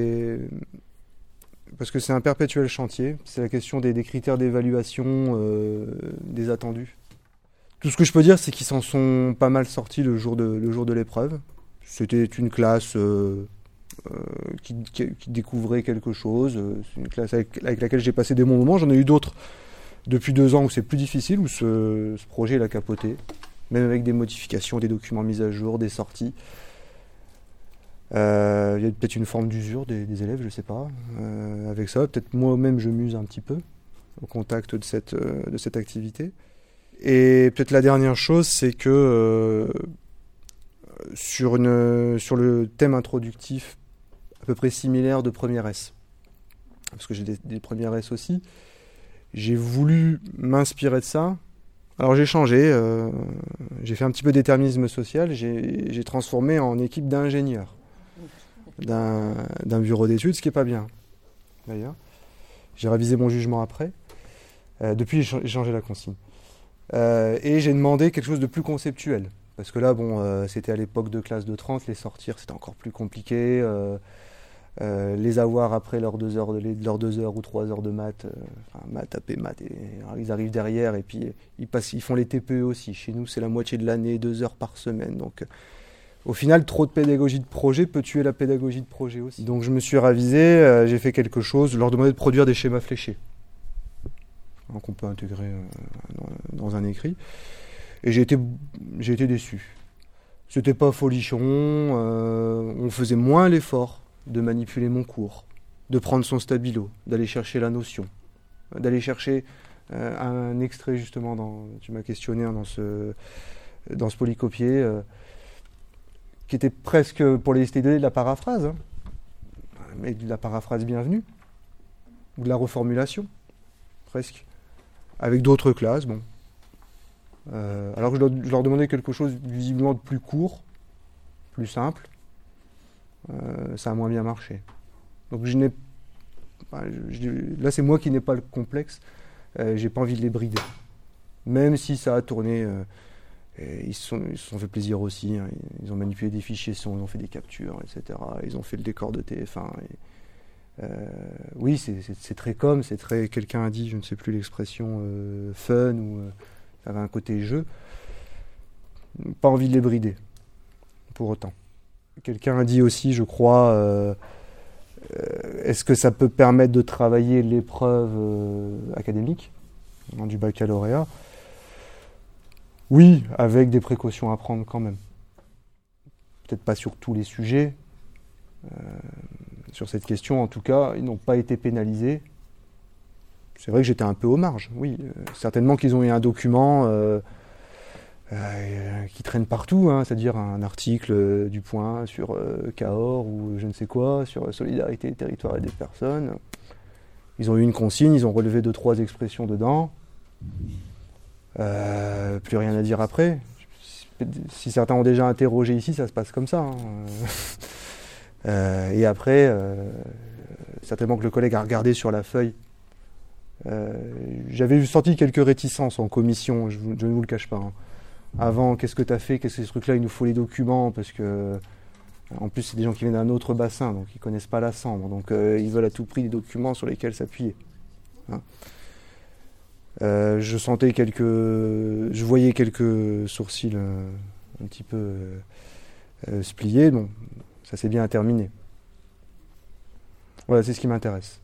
[SPEAKER 10] parce que c'est un perpétuel chantier, c'est la question des critères d'évaluation des attendus. Tout ce que je peux dire, c'est qu'ils s'en sont pas mal sortis le jour de l'épreuve. C'était une classe qui découvrait quelque chose. C'est une classe avec laquelle j'ai passé des bons moments. J'en ai eu d'autres depuis 2 ans où c'est plus difficile, où ce projet il a capoté, même avec des modifications, des documents mis à jour, des sorties. Il y a peut-être une forme d'usure des élèves, je ne sais pas. Avec ça, peut-être moi-même je m'use un petit peu au contact de cette activité. Et peut-être la dernière chose, c'est que sur le thème introductif à peu près similaire de première S, parce que j'ai des premières S aussi, j'ai voulu m'inspirer de ça. Alors j'ai changé, j'ai fait un petit peu de déterminisme social, j'ai transformé en équipe d'ingénieurs d'un bureau d'études, ce qui n'est pas bien d'ailleurs. J'ai révisé mon jugement après, depuis j'ai changé la consigne. Et j'ai demandé quelque chose de plus conceptuel, parce que là c'était à l'époque de classe de 30, les sortir c'était encore plus compliqué, les avoir après leurs 2 heures ou 3 heures de maths, maths, AP, maths, ils arrivent derrière et puis ils font les TPE aussi. Chez nous c'est la moitié de l'année, 2 heures par semaine, donc au final trop de pédagogie de projet peut tuer la pédagogie de projet aussi. Donc je me suis ravisé, j'ai fait quelque chose, leur demander de produire des schémas fléchés qu'on peut intégrer dans un écrit, et j'ai été déçu. C'était pas folichon, on faisait moins l'effort de manipuler mon cours, de prendre son stabilo, d'aller chercher la notion, d'aller chercher un extrait justement, tu m'as questionné dans ce polycopier, qui était presque pour les STD de la paraphrase, mais de la paraphrase bienvenue, ou de la reformulation, presque, avec d'autres classes, alors que je leur demandais quelque chose visiblement de plus court, plus simple, ça a moins bien marché. Donc là c'est moi qui n'ai pas le complexe, j'ai pas envie de les brider. Même si ça a tourné, ils se sont fait plaisir aussi, hein, ils ont manipulé des fichiers son, ils ont fait des captures, etc. Ils ont fait le décor de TF1. Oui, c'est très c'est très, quelqu'un a dit, je ne sais plus l'expression, fun, ou ça avait un côté jeu. Pas envie de les brider, pour autant. Quelqu'un a dit aussi, je crois, est-ce que ça peut permettre de travailler l'épreuve académique du baccalauréat? Oui, avec des précautions à prendre quand même. Peut-être pas sur tous les sujets. Sur cette question, en tout cas, ils n'ont pas été pénalisés. C'est vrai que j'étais un peu aux marges, oui. Certainement qu'ils ont eu un document qui traîne partout, hein, c'est-à-dire un article du Point sur Cahors ou je ne sais quoi, sur solidarité, territoire et des personnes. Ils ont eu une consigne, ils ont relevé 2-3 expressions dedans. Plus rien à dire après. Si certains ont déjà interrogé ici, ça se passe comme ça. Hein. Et après, certainement que le collègue a regardé sur la feuille. J'avais senti quelques réticences en commission, je ne vous le cache pas. Hein. Avant, qu'est-ce que tu as fait? Qu'est-ce que ce truc-là? Il nous faut les documents, parce que en plus, c'est des gens qui viennent d'un autre bassin, donc ils ne connaissent pas la Sambre. Donc ils veulent à tout prix des documents sur lesquels s'appuyer. Hein. Je voyais quelques sourcils un petit peu se plier. Bon, ça s'est bien terminé. Voilà, c'est ce qui m'intéresse.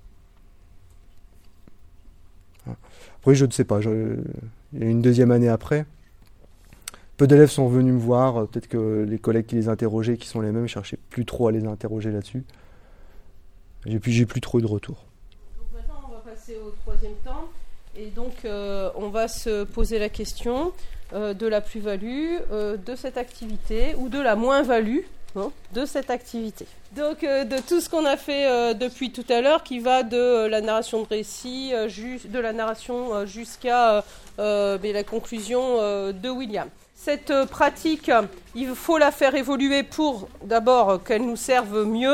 [SPEAKER 10] Après, je ne sais pas. Il y a une deuxième année après. Peu d'élèves sont venus me voir. Peut-être que les collègues qui les interrogeaient, qui sont les mêmes, ne cherchaient plus trop à les interroger là-dessus. J'ai plus trop eu de retour.
[SPEAKER 7] Donc maintenant, on va passer au troisième temps. Et donc, on va se poser la question de la plus-value de cette activité ou de la moins-value de cette activité. Donc, de tout ce qu'on a fait depuis tout à l'heure, qui va de la narration de récit, de la narration jusqu'à la conclusion de William. Cette pratique, il faut la faire évoluer pour, d'abord, qu'elle nous serve mieux,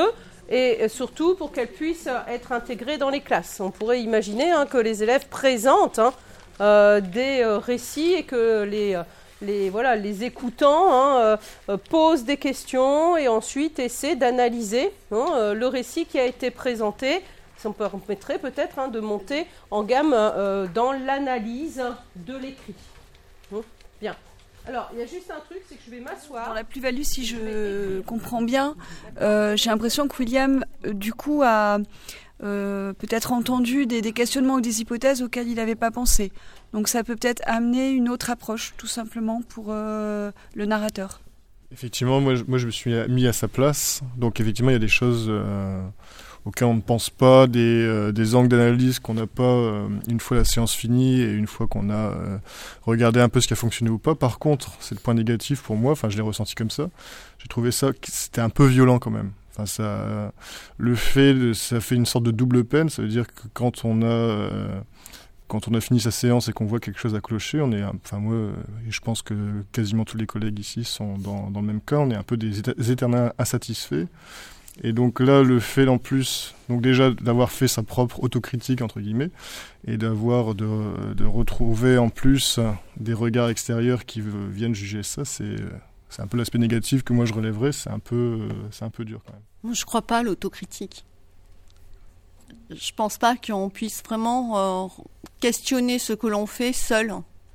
[SPEAKER 7] et surtout pour qu'elles puissent être intégrées dans les classes. On pourrait imaginer que les élèves présentent des récits et que les écoutants posent des questions et ensuite essaient d'analyser le récit qui a été présenté. Ça me permettrait peut-être de monter en gamme dans l'analyse de l'écrit. Bien. Alors, il y a juste un truc, c'est que je vais m'asseoir.
[SPEAKER 17] Dans la plus-value, si je comprends bien, j'ai l'impression que William, du coup, a peut-être entendu des questionnements ou des hypothèses auxquelles il n'avait pas pensé. Donc ça peut peut-être amener une autre approche, tout simplement, pour le narrateur.
[SPEAKER 4] Effectivement, moi je me suis mis à sa place. Donc effectivement, il y a des choses auxquelles on ne pense pas, des angles d'analyse qu'on n'a pas une fois la séance finie et une fois qu'on a regardé un peu ce qui a fonctionné ou pas. Par contre, c'est le point négatif pour moi, je l'ai ressenti comme ça. J'ai trouvé ça, c'était un peu violent quand même. Ça fait une sorte de double peine. Ça veut dire que quand on a fini sa séance et qu'on voit quelque chose à clocher, moi, je pense que quasiment tous les collègues ici sont dans le même cas. On est un peu des éternels insatisfaits. Et donc là, le fait en plus, donc déjà d'avoir fait sa propre autocritique entre guillemets, et de retrouver en plus des regards extérieurs qui viennent juger ça, c'est un peu l'aspect négatif que moi je relèverais. C'est un peu dur quand même.
[SPEAKER 2] Moi, je crois pas à l'autocritique. Je pense pas qu'on puisse vraiment questionner ce que l'on fait seul.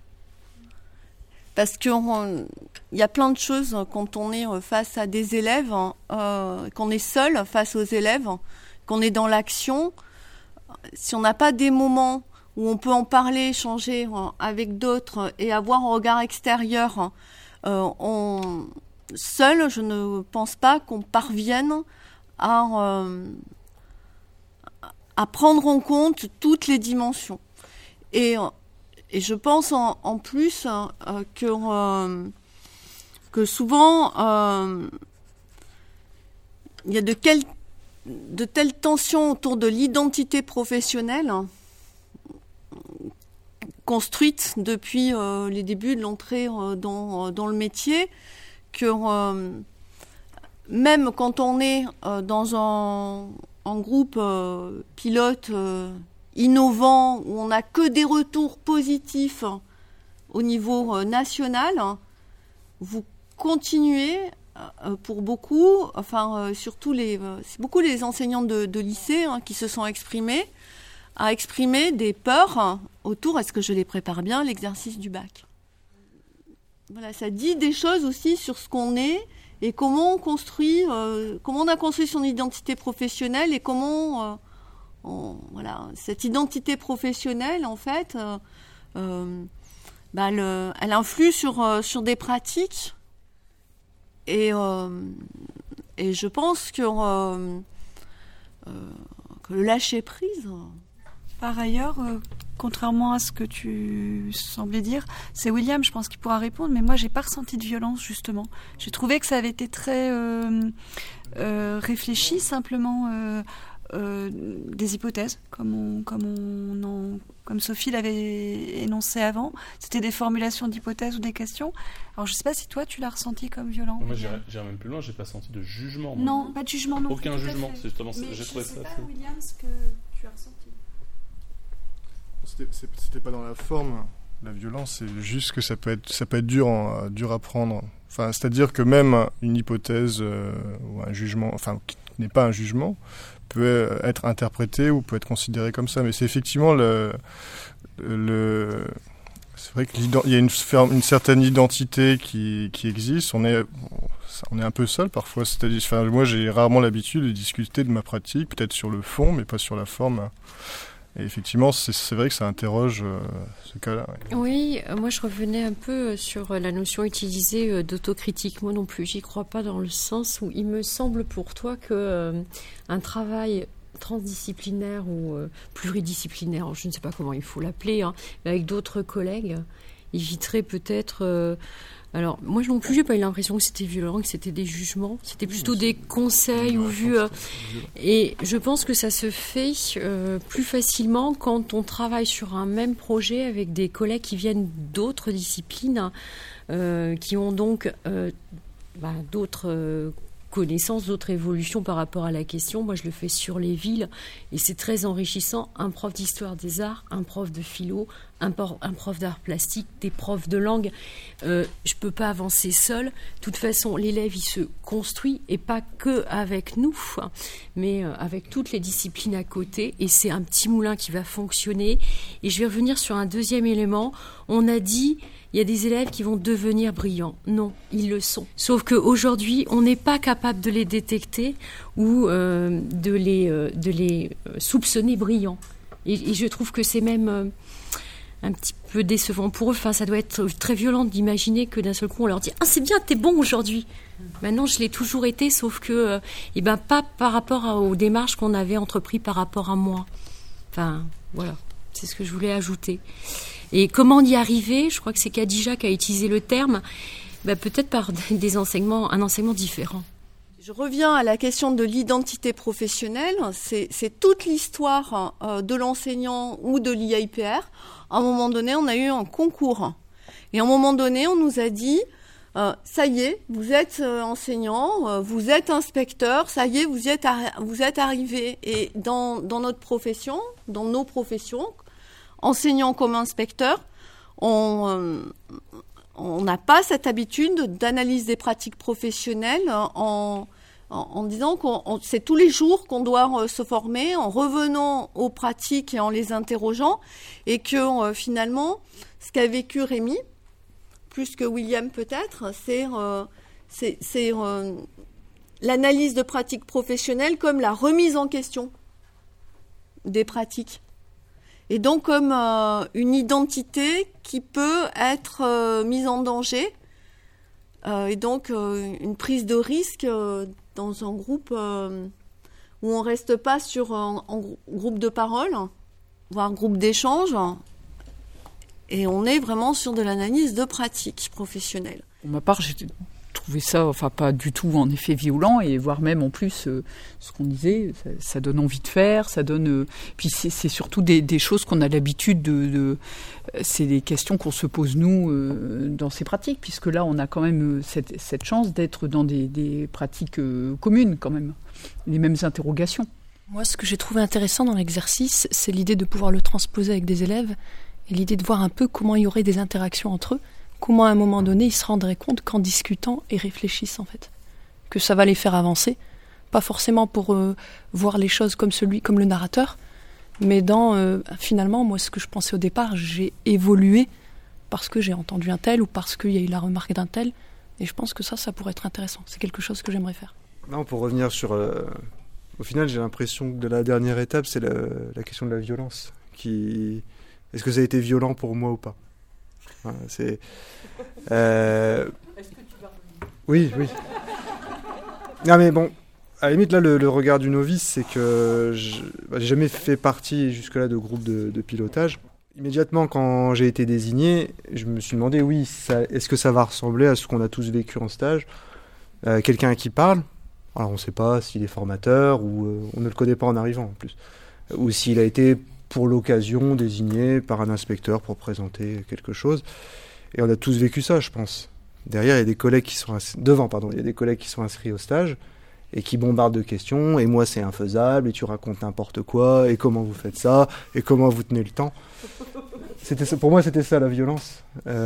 [SPEAKER 2] Parce qu'il y a plein de choses quand on est face à des élèves, qu'on est seul face aux élèves, qu'on est dans l'action. Si on n'a pas des moments où on peut en parler, échanger avec d'autres et avoir un regard extérieur, seul, je ne pense pas qu'on parvienne à prendre en compte toutes les dimensions. Et je pense en plus que souvent il y a de telles tensions autour de l'identité professionnelle construite depuis les débuts de l'entrée dans le métier que même quand on est dans un groupe pilote innovant, où on n'a que des retours positifs au niveau national, vous continuez pour beaucoup, surtout c'est beaucoup les enseignants de lycée qui se sont exprimés, à exprimer des peurs autour, est-ce que je les prépare bien, l'exercice du bac. Voilà, ça dit des choses aussi sur ce qu'on est et comment on construit, comment on a construit son identité professionnelle et comment cette identité professionnelle, en fait, elle influe sur des pratiques et je pense que le lâcher prise.
[SPEAKER 17] Par ailleurs, contrairement à ce que tu semblais dire, c'est William, je pense, qui pourra répondre, mais moi, j'ai pas ressenti de violence, justement. J'ai trouvé que ça avait été très réfléchi, simplement des hypothèses, comme Sophie l'avait énoncé avant. C'était des formulations d'hypothèses ou des questions. Alors, je sais pas si toi, tu l'as ressenti comme violent.
[SPEAKER 18] Moi, j'irais même plus loin, j'ai pas senti de jugement.
[SPEAKER 17] Non, pas de jugement non
[SPEAKER 18] plus. Aucun jugement, c'est justement
[SPEAKER 17] mais
[SPEAKER 18] j'ai trouvé ça.
[SPEAKER 17] Je sais pas, William, ce que tu as ressenti.
[SPEAKER 4] C'était pas dans la forme, la violence, c'est juste que ça peut être dur à prendre. C'est-à-dire que même une hypothèse ou un jugement, qui n'est pas un jugement, peut être interprété ou peut être considéré comme ça. Mais c'est effectivement c'est vrai qu'il y a une certaine identité qui existe. On est un peu seul parfois. C'est-à-dire, moi, j'ai rarement l'habitude de discuter de ma pratique, peut-être sur le fond, mais pas sur la forme. Et effectivement, c'est vrai que ça interroge ce cas-là.
[SPEAKER 12] Ouais. Oui, moi je revenais un peu sur la notion utilisée d'autocritique. Moi non plus, j'y crois pas dans le sens où il me semble pour toi que un travail transdisciplinaire ou pluridisciplinaire, je ne sais pas comment il faut l'appeler, mais avec d'autres collègues, éviterait peut-être... Alors, moi non plus, j'ai pas eu l'impression que c'était violent, que c'était des jugements. C'était plutôt des conseils ou vues. Et je pense que ça se fait plus facilement quand on travaille sur un même projet avec des collègues qui viennent d'autres disciplines, qui ont donc d'autres connaissances, d'autres évolutions par rapport à la question. Moi, je le fais sur les villes et c'est très enrichissant. Un prof d'histoire des arts, un prof de philo, un prof d'art plastique, des profs de langue. Je peux pas avancer seule. De toute façon, l'élève, il se construit et pas que avec nous, mais avec toutes les disciplines à côté. Et c'est un petit moulin qui va fonctionner. Et je vais revenir sur un deuxième élément. On a dit, il y a des élèves qui vont devenir brillants. Non, ils le sont. Sauf qu'aujourd'hui, on n'est pas capable de les détecter ou de les soupçonner brillants. Et je trouve que c'est même un petit peu décevant pour eux. Enfin, ça doit être très violent d'imaginer que d'un seul coup, on leur dit « Ah, c'est bien, t'es bon aujourd'hui !» Maintenant, je l'ai toujours été, sauf que pas par rapport aux démarches qu'on avait entreprises par rapport à moi. Enfin, voilà, c'est ce que je voulais ajouter. Et comment y arriver ? Je crois que c'est Khadija qui a utilisé le terme, peut-être par un enseignement différent.
[SPEAKER 2] Je reviens à la question de l'identité professionnelle. C'est toute l'histoire de l'enseignant ou de l'IAIPR. À un moment donné, on a eu un concours. Et à un moment donné, on nous a dit ça y est, vous êtes enseignant, vous êtes inspecteur, ça y est, vous êtes arrivé. Et dans notre profession, dans nos professions, enseignant comme inspecteur, on n'a pas cette habitude d'analyse des pratiques professionnelles en disant que c'est tous les jours qu'on doit se former, en revenant aux pratiques et en les interrogeant, et que finalement, ce qu'a vécu Rémi, plus que William peut-être, c'est l'analyse de pratiques professionnelles comme la remise en question des pratiques. Et donc comme une identité qui peut être mise en danger, et donc une prise de risque dans un groupe où on ne reste pas sur un groupe de parole, voire groupe d'échange, et on est vraiment sur de l'analyse de pratiques professionnelles.
[SPEAKER 11] Pour ma part, j'ai trouvé ça, pas du tout en effet violent, et voire même en plus, ce qu'on disait, ça donne envie de faire, ça donne. Puis c'est surtout des choses qu'on a l'habitude c'est des questions qu'on se pose nous dans ces pratiques, puisque là on a quand même cette chance d'être dans des pratiques communes quand même, les mêmes interrogations.
[SPEAKER 9] Moi, ce que j'ai trouvé intéressant dans l'exercice, c'est l'idée de pouvoir le transposer avec des élèves, et l'idée de voir un peu comment il y aurait des interactions entre eux. Comment à un moment donné ils se rendraient compte qu'en discutant ils réfléchissent en fait, que ça va les faire avancer, pas forcément pour voir les choses comme le narrateur, mais finalement moi ce que je pensais au départ, j'ai évolué parce que j'ai entendu un tel ou parce qu'il y a eu la remarque d'un tel, et je pense que ça pourrait être intéressant, c'est quelque chose que j'aimerais faire.
[SPEAKER 10] Non, pour revenir sur au final j'ai l'impression que de la dernière étape c'est la question de la violence est-ce que ça a été violent pour moi ou pas? Est-ce que tu vas revenir ? Oui. Non mais bon, à la limite là le regard du novice, c'est que j'ai jamais fait partie jusque-là de groupe de pilotage. Immédiatement quand j'ai été désigné, je me suis demandé est-ce que ça va ressembler à ce qu'on a tous vécu en stage, quelqu'un qui parle. Alors on ne sait pas s'il est formateur ou on ne le connaît pas en arrivant en plus, ou s'il a été pour l'occasion désigné par un inspecteur pour présenter quelque chose. Et on a tous vécu ça, je pense. Derrière, il y a des collègues qui sont il y a des collègues qui sont inscrits au stage et qui bombardent de questions. Et moi, c'est infaisable. Et tu racontes n'importe quoi. Et comment vous faites ça ? Et comment vous tenez le temps ? Pour moi, c'était ça la violence.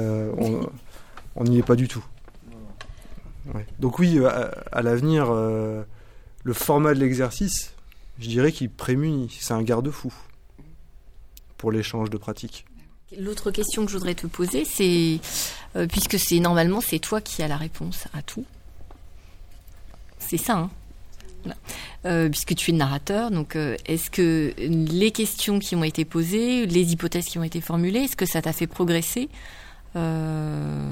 [SPEAKER 10] On n'y est pas du tout. Ouais. Donc oui, à l'avenir, le format de l'exercice, je dirais qu'il prémunit. C'est un garde-fou pour l'échange de pratiques.
[SPEAKER 19] L'autre question que je voudrais te poser, c'est, puisque normalement c'est toi qui as la réponse à tout, c'est ça, hein, voilà. Puisque tu es le narrateur, donc est-ce que les questions qui ont été posées, les hypothèses qui ont été formulées, est-ce que ça t'a fait progresser sincèrement ?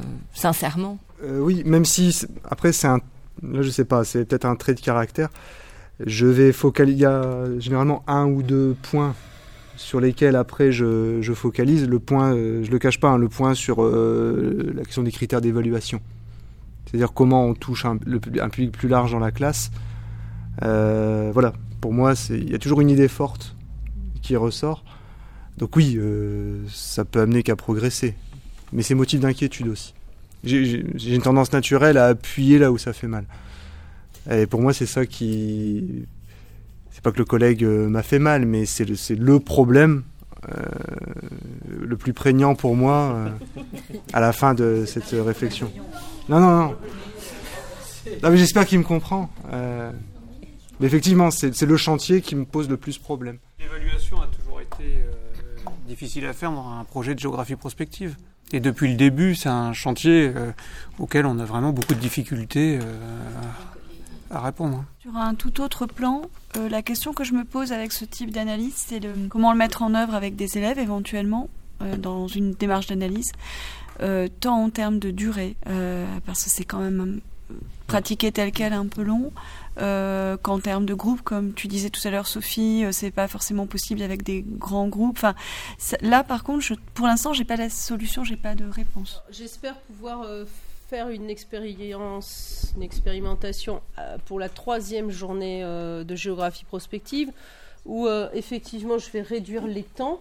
[SPEAKER 10] Oui, même si après là je sais pas, c'est peut-être un trait de caractère. Je vais focaliser, il y a généralement 1 ou 2 points sur lesquels après je focalise. Le point, je le cache pas, le point sur la question des critères d'évaluation. C'est-à-dire comment on touche un public plus large dans la classe. Voilà, pour moi, il y a toujours une idée forte qui ressort. Donc oui, ça peut amener qu'à progresser. Mais c'est motif d'inquiétude aussi. J'ai une tendance naturelle à appuyer là où ça fait mal. Et pour moi, c'est ça qui... C'est pas que le collègue m'a fait mal, mais c'est le problème le plus prégnant pour moi à la fin de cette réflexion. Non, mais j'espère qu'il me comprend. Mais effectivement, c'est le chantier qui me pose le plus problème.
[SPEAKER 5] L'évaluation a toujours été difficile à faire dans un projet de géographie prospective. Et depuis le début, c'est un chantier auquel on a vraiment beaucoup de difficultés à répondre.
[SPEAKER 20] Sur un tout autre plan, la question que je me pose avec ce type d'analyse, c'est comment le mettre en œuvre avec des élèves éventuellement dans une démarche d'analyse, tant en termes de durée, parce que c'est quand même pratiquer tel quel un peu long, qu'en termes de groupe, comme tu disais tout à l'heure Sophie, c'est pas forcément possible avec des grands groupes. Enfin, là par contre, pour l'instant, j'ai pas la solution, j'ai pas de réponse.
[SPEAKER 7] J'espère pouvoir faire une expérimentation pour la 3e journée de géographie prospective, où effectivement je vais réduire les temps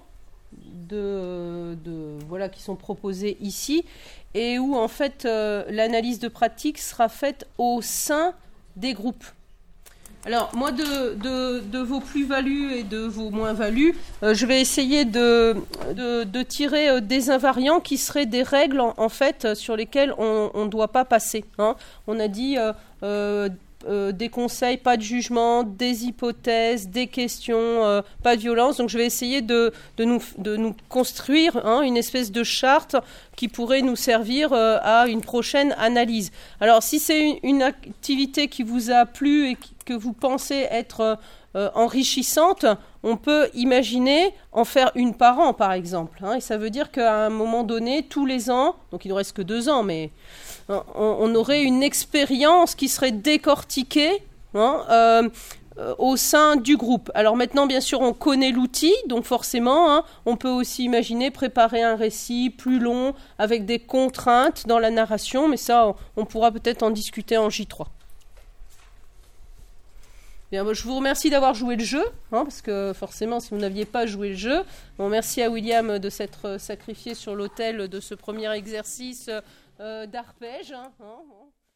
[SPEAKER 7] qui sont proposés ici, et où en fait l'analyse de pratique sera faite au sein des groupes. Alors moi de vos plus-values et de vos moins-values, je vais essayer de tirer des invariants qui seraient des règles en fait sur lesquelles on ne doit pas passer. On a dit des conseils, pas de jugement, des hypothèses, des questions, pas de violence. Donc je vais essayer de nous construire une espèce de charte qui pourrait nous servir à une prochaine analyse. Alors si c'est une activité qui vous a plu et que vous pensez être enrichissante, on peut imaginer en faire une par an par exemple. Et ça veut dire qu'à un moment donné, tous les ans, donc il ne reste que 2 ans, mais on aurait une expérience qui serait décortiquée au sein du groupe. Alors maintenant, bien sûr, on connaît l'outil, donc forcément, on peut aussi imaginer préparer un récit plus long avec des contraintes dans la narration, mais ça, on pourra peut-être en discuter en J3. Bien, je vous remercie d'avoir joué le jeu, parce que forcément, si vous n'aviez pas joué le jeu, merci à William de s'être sacrifié sur l'autel de ce premier exercice d'arpège.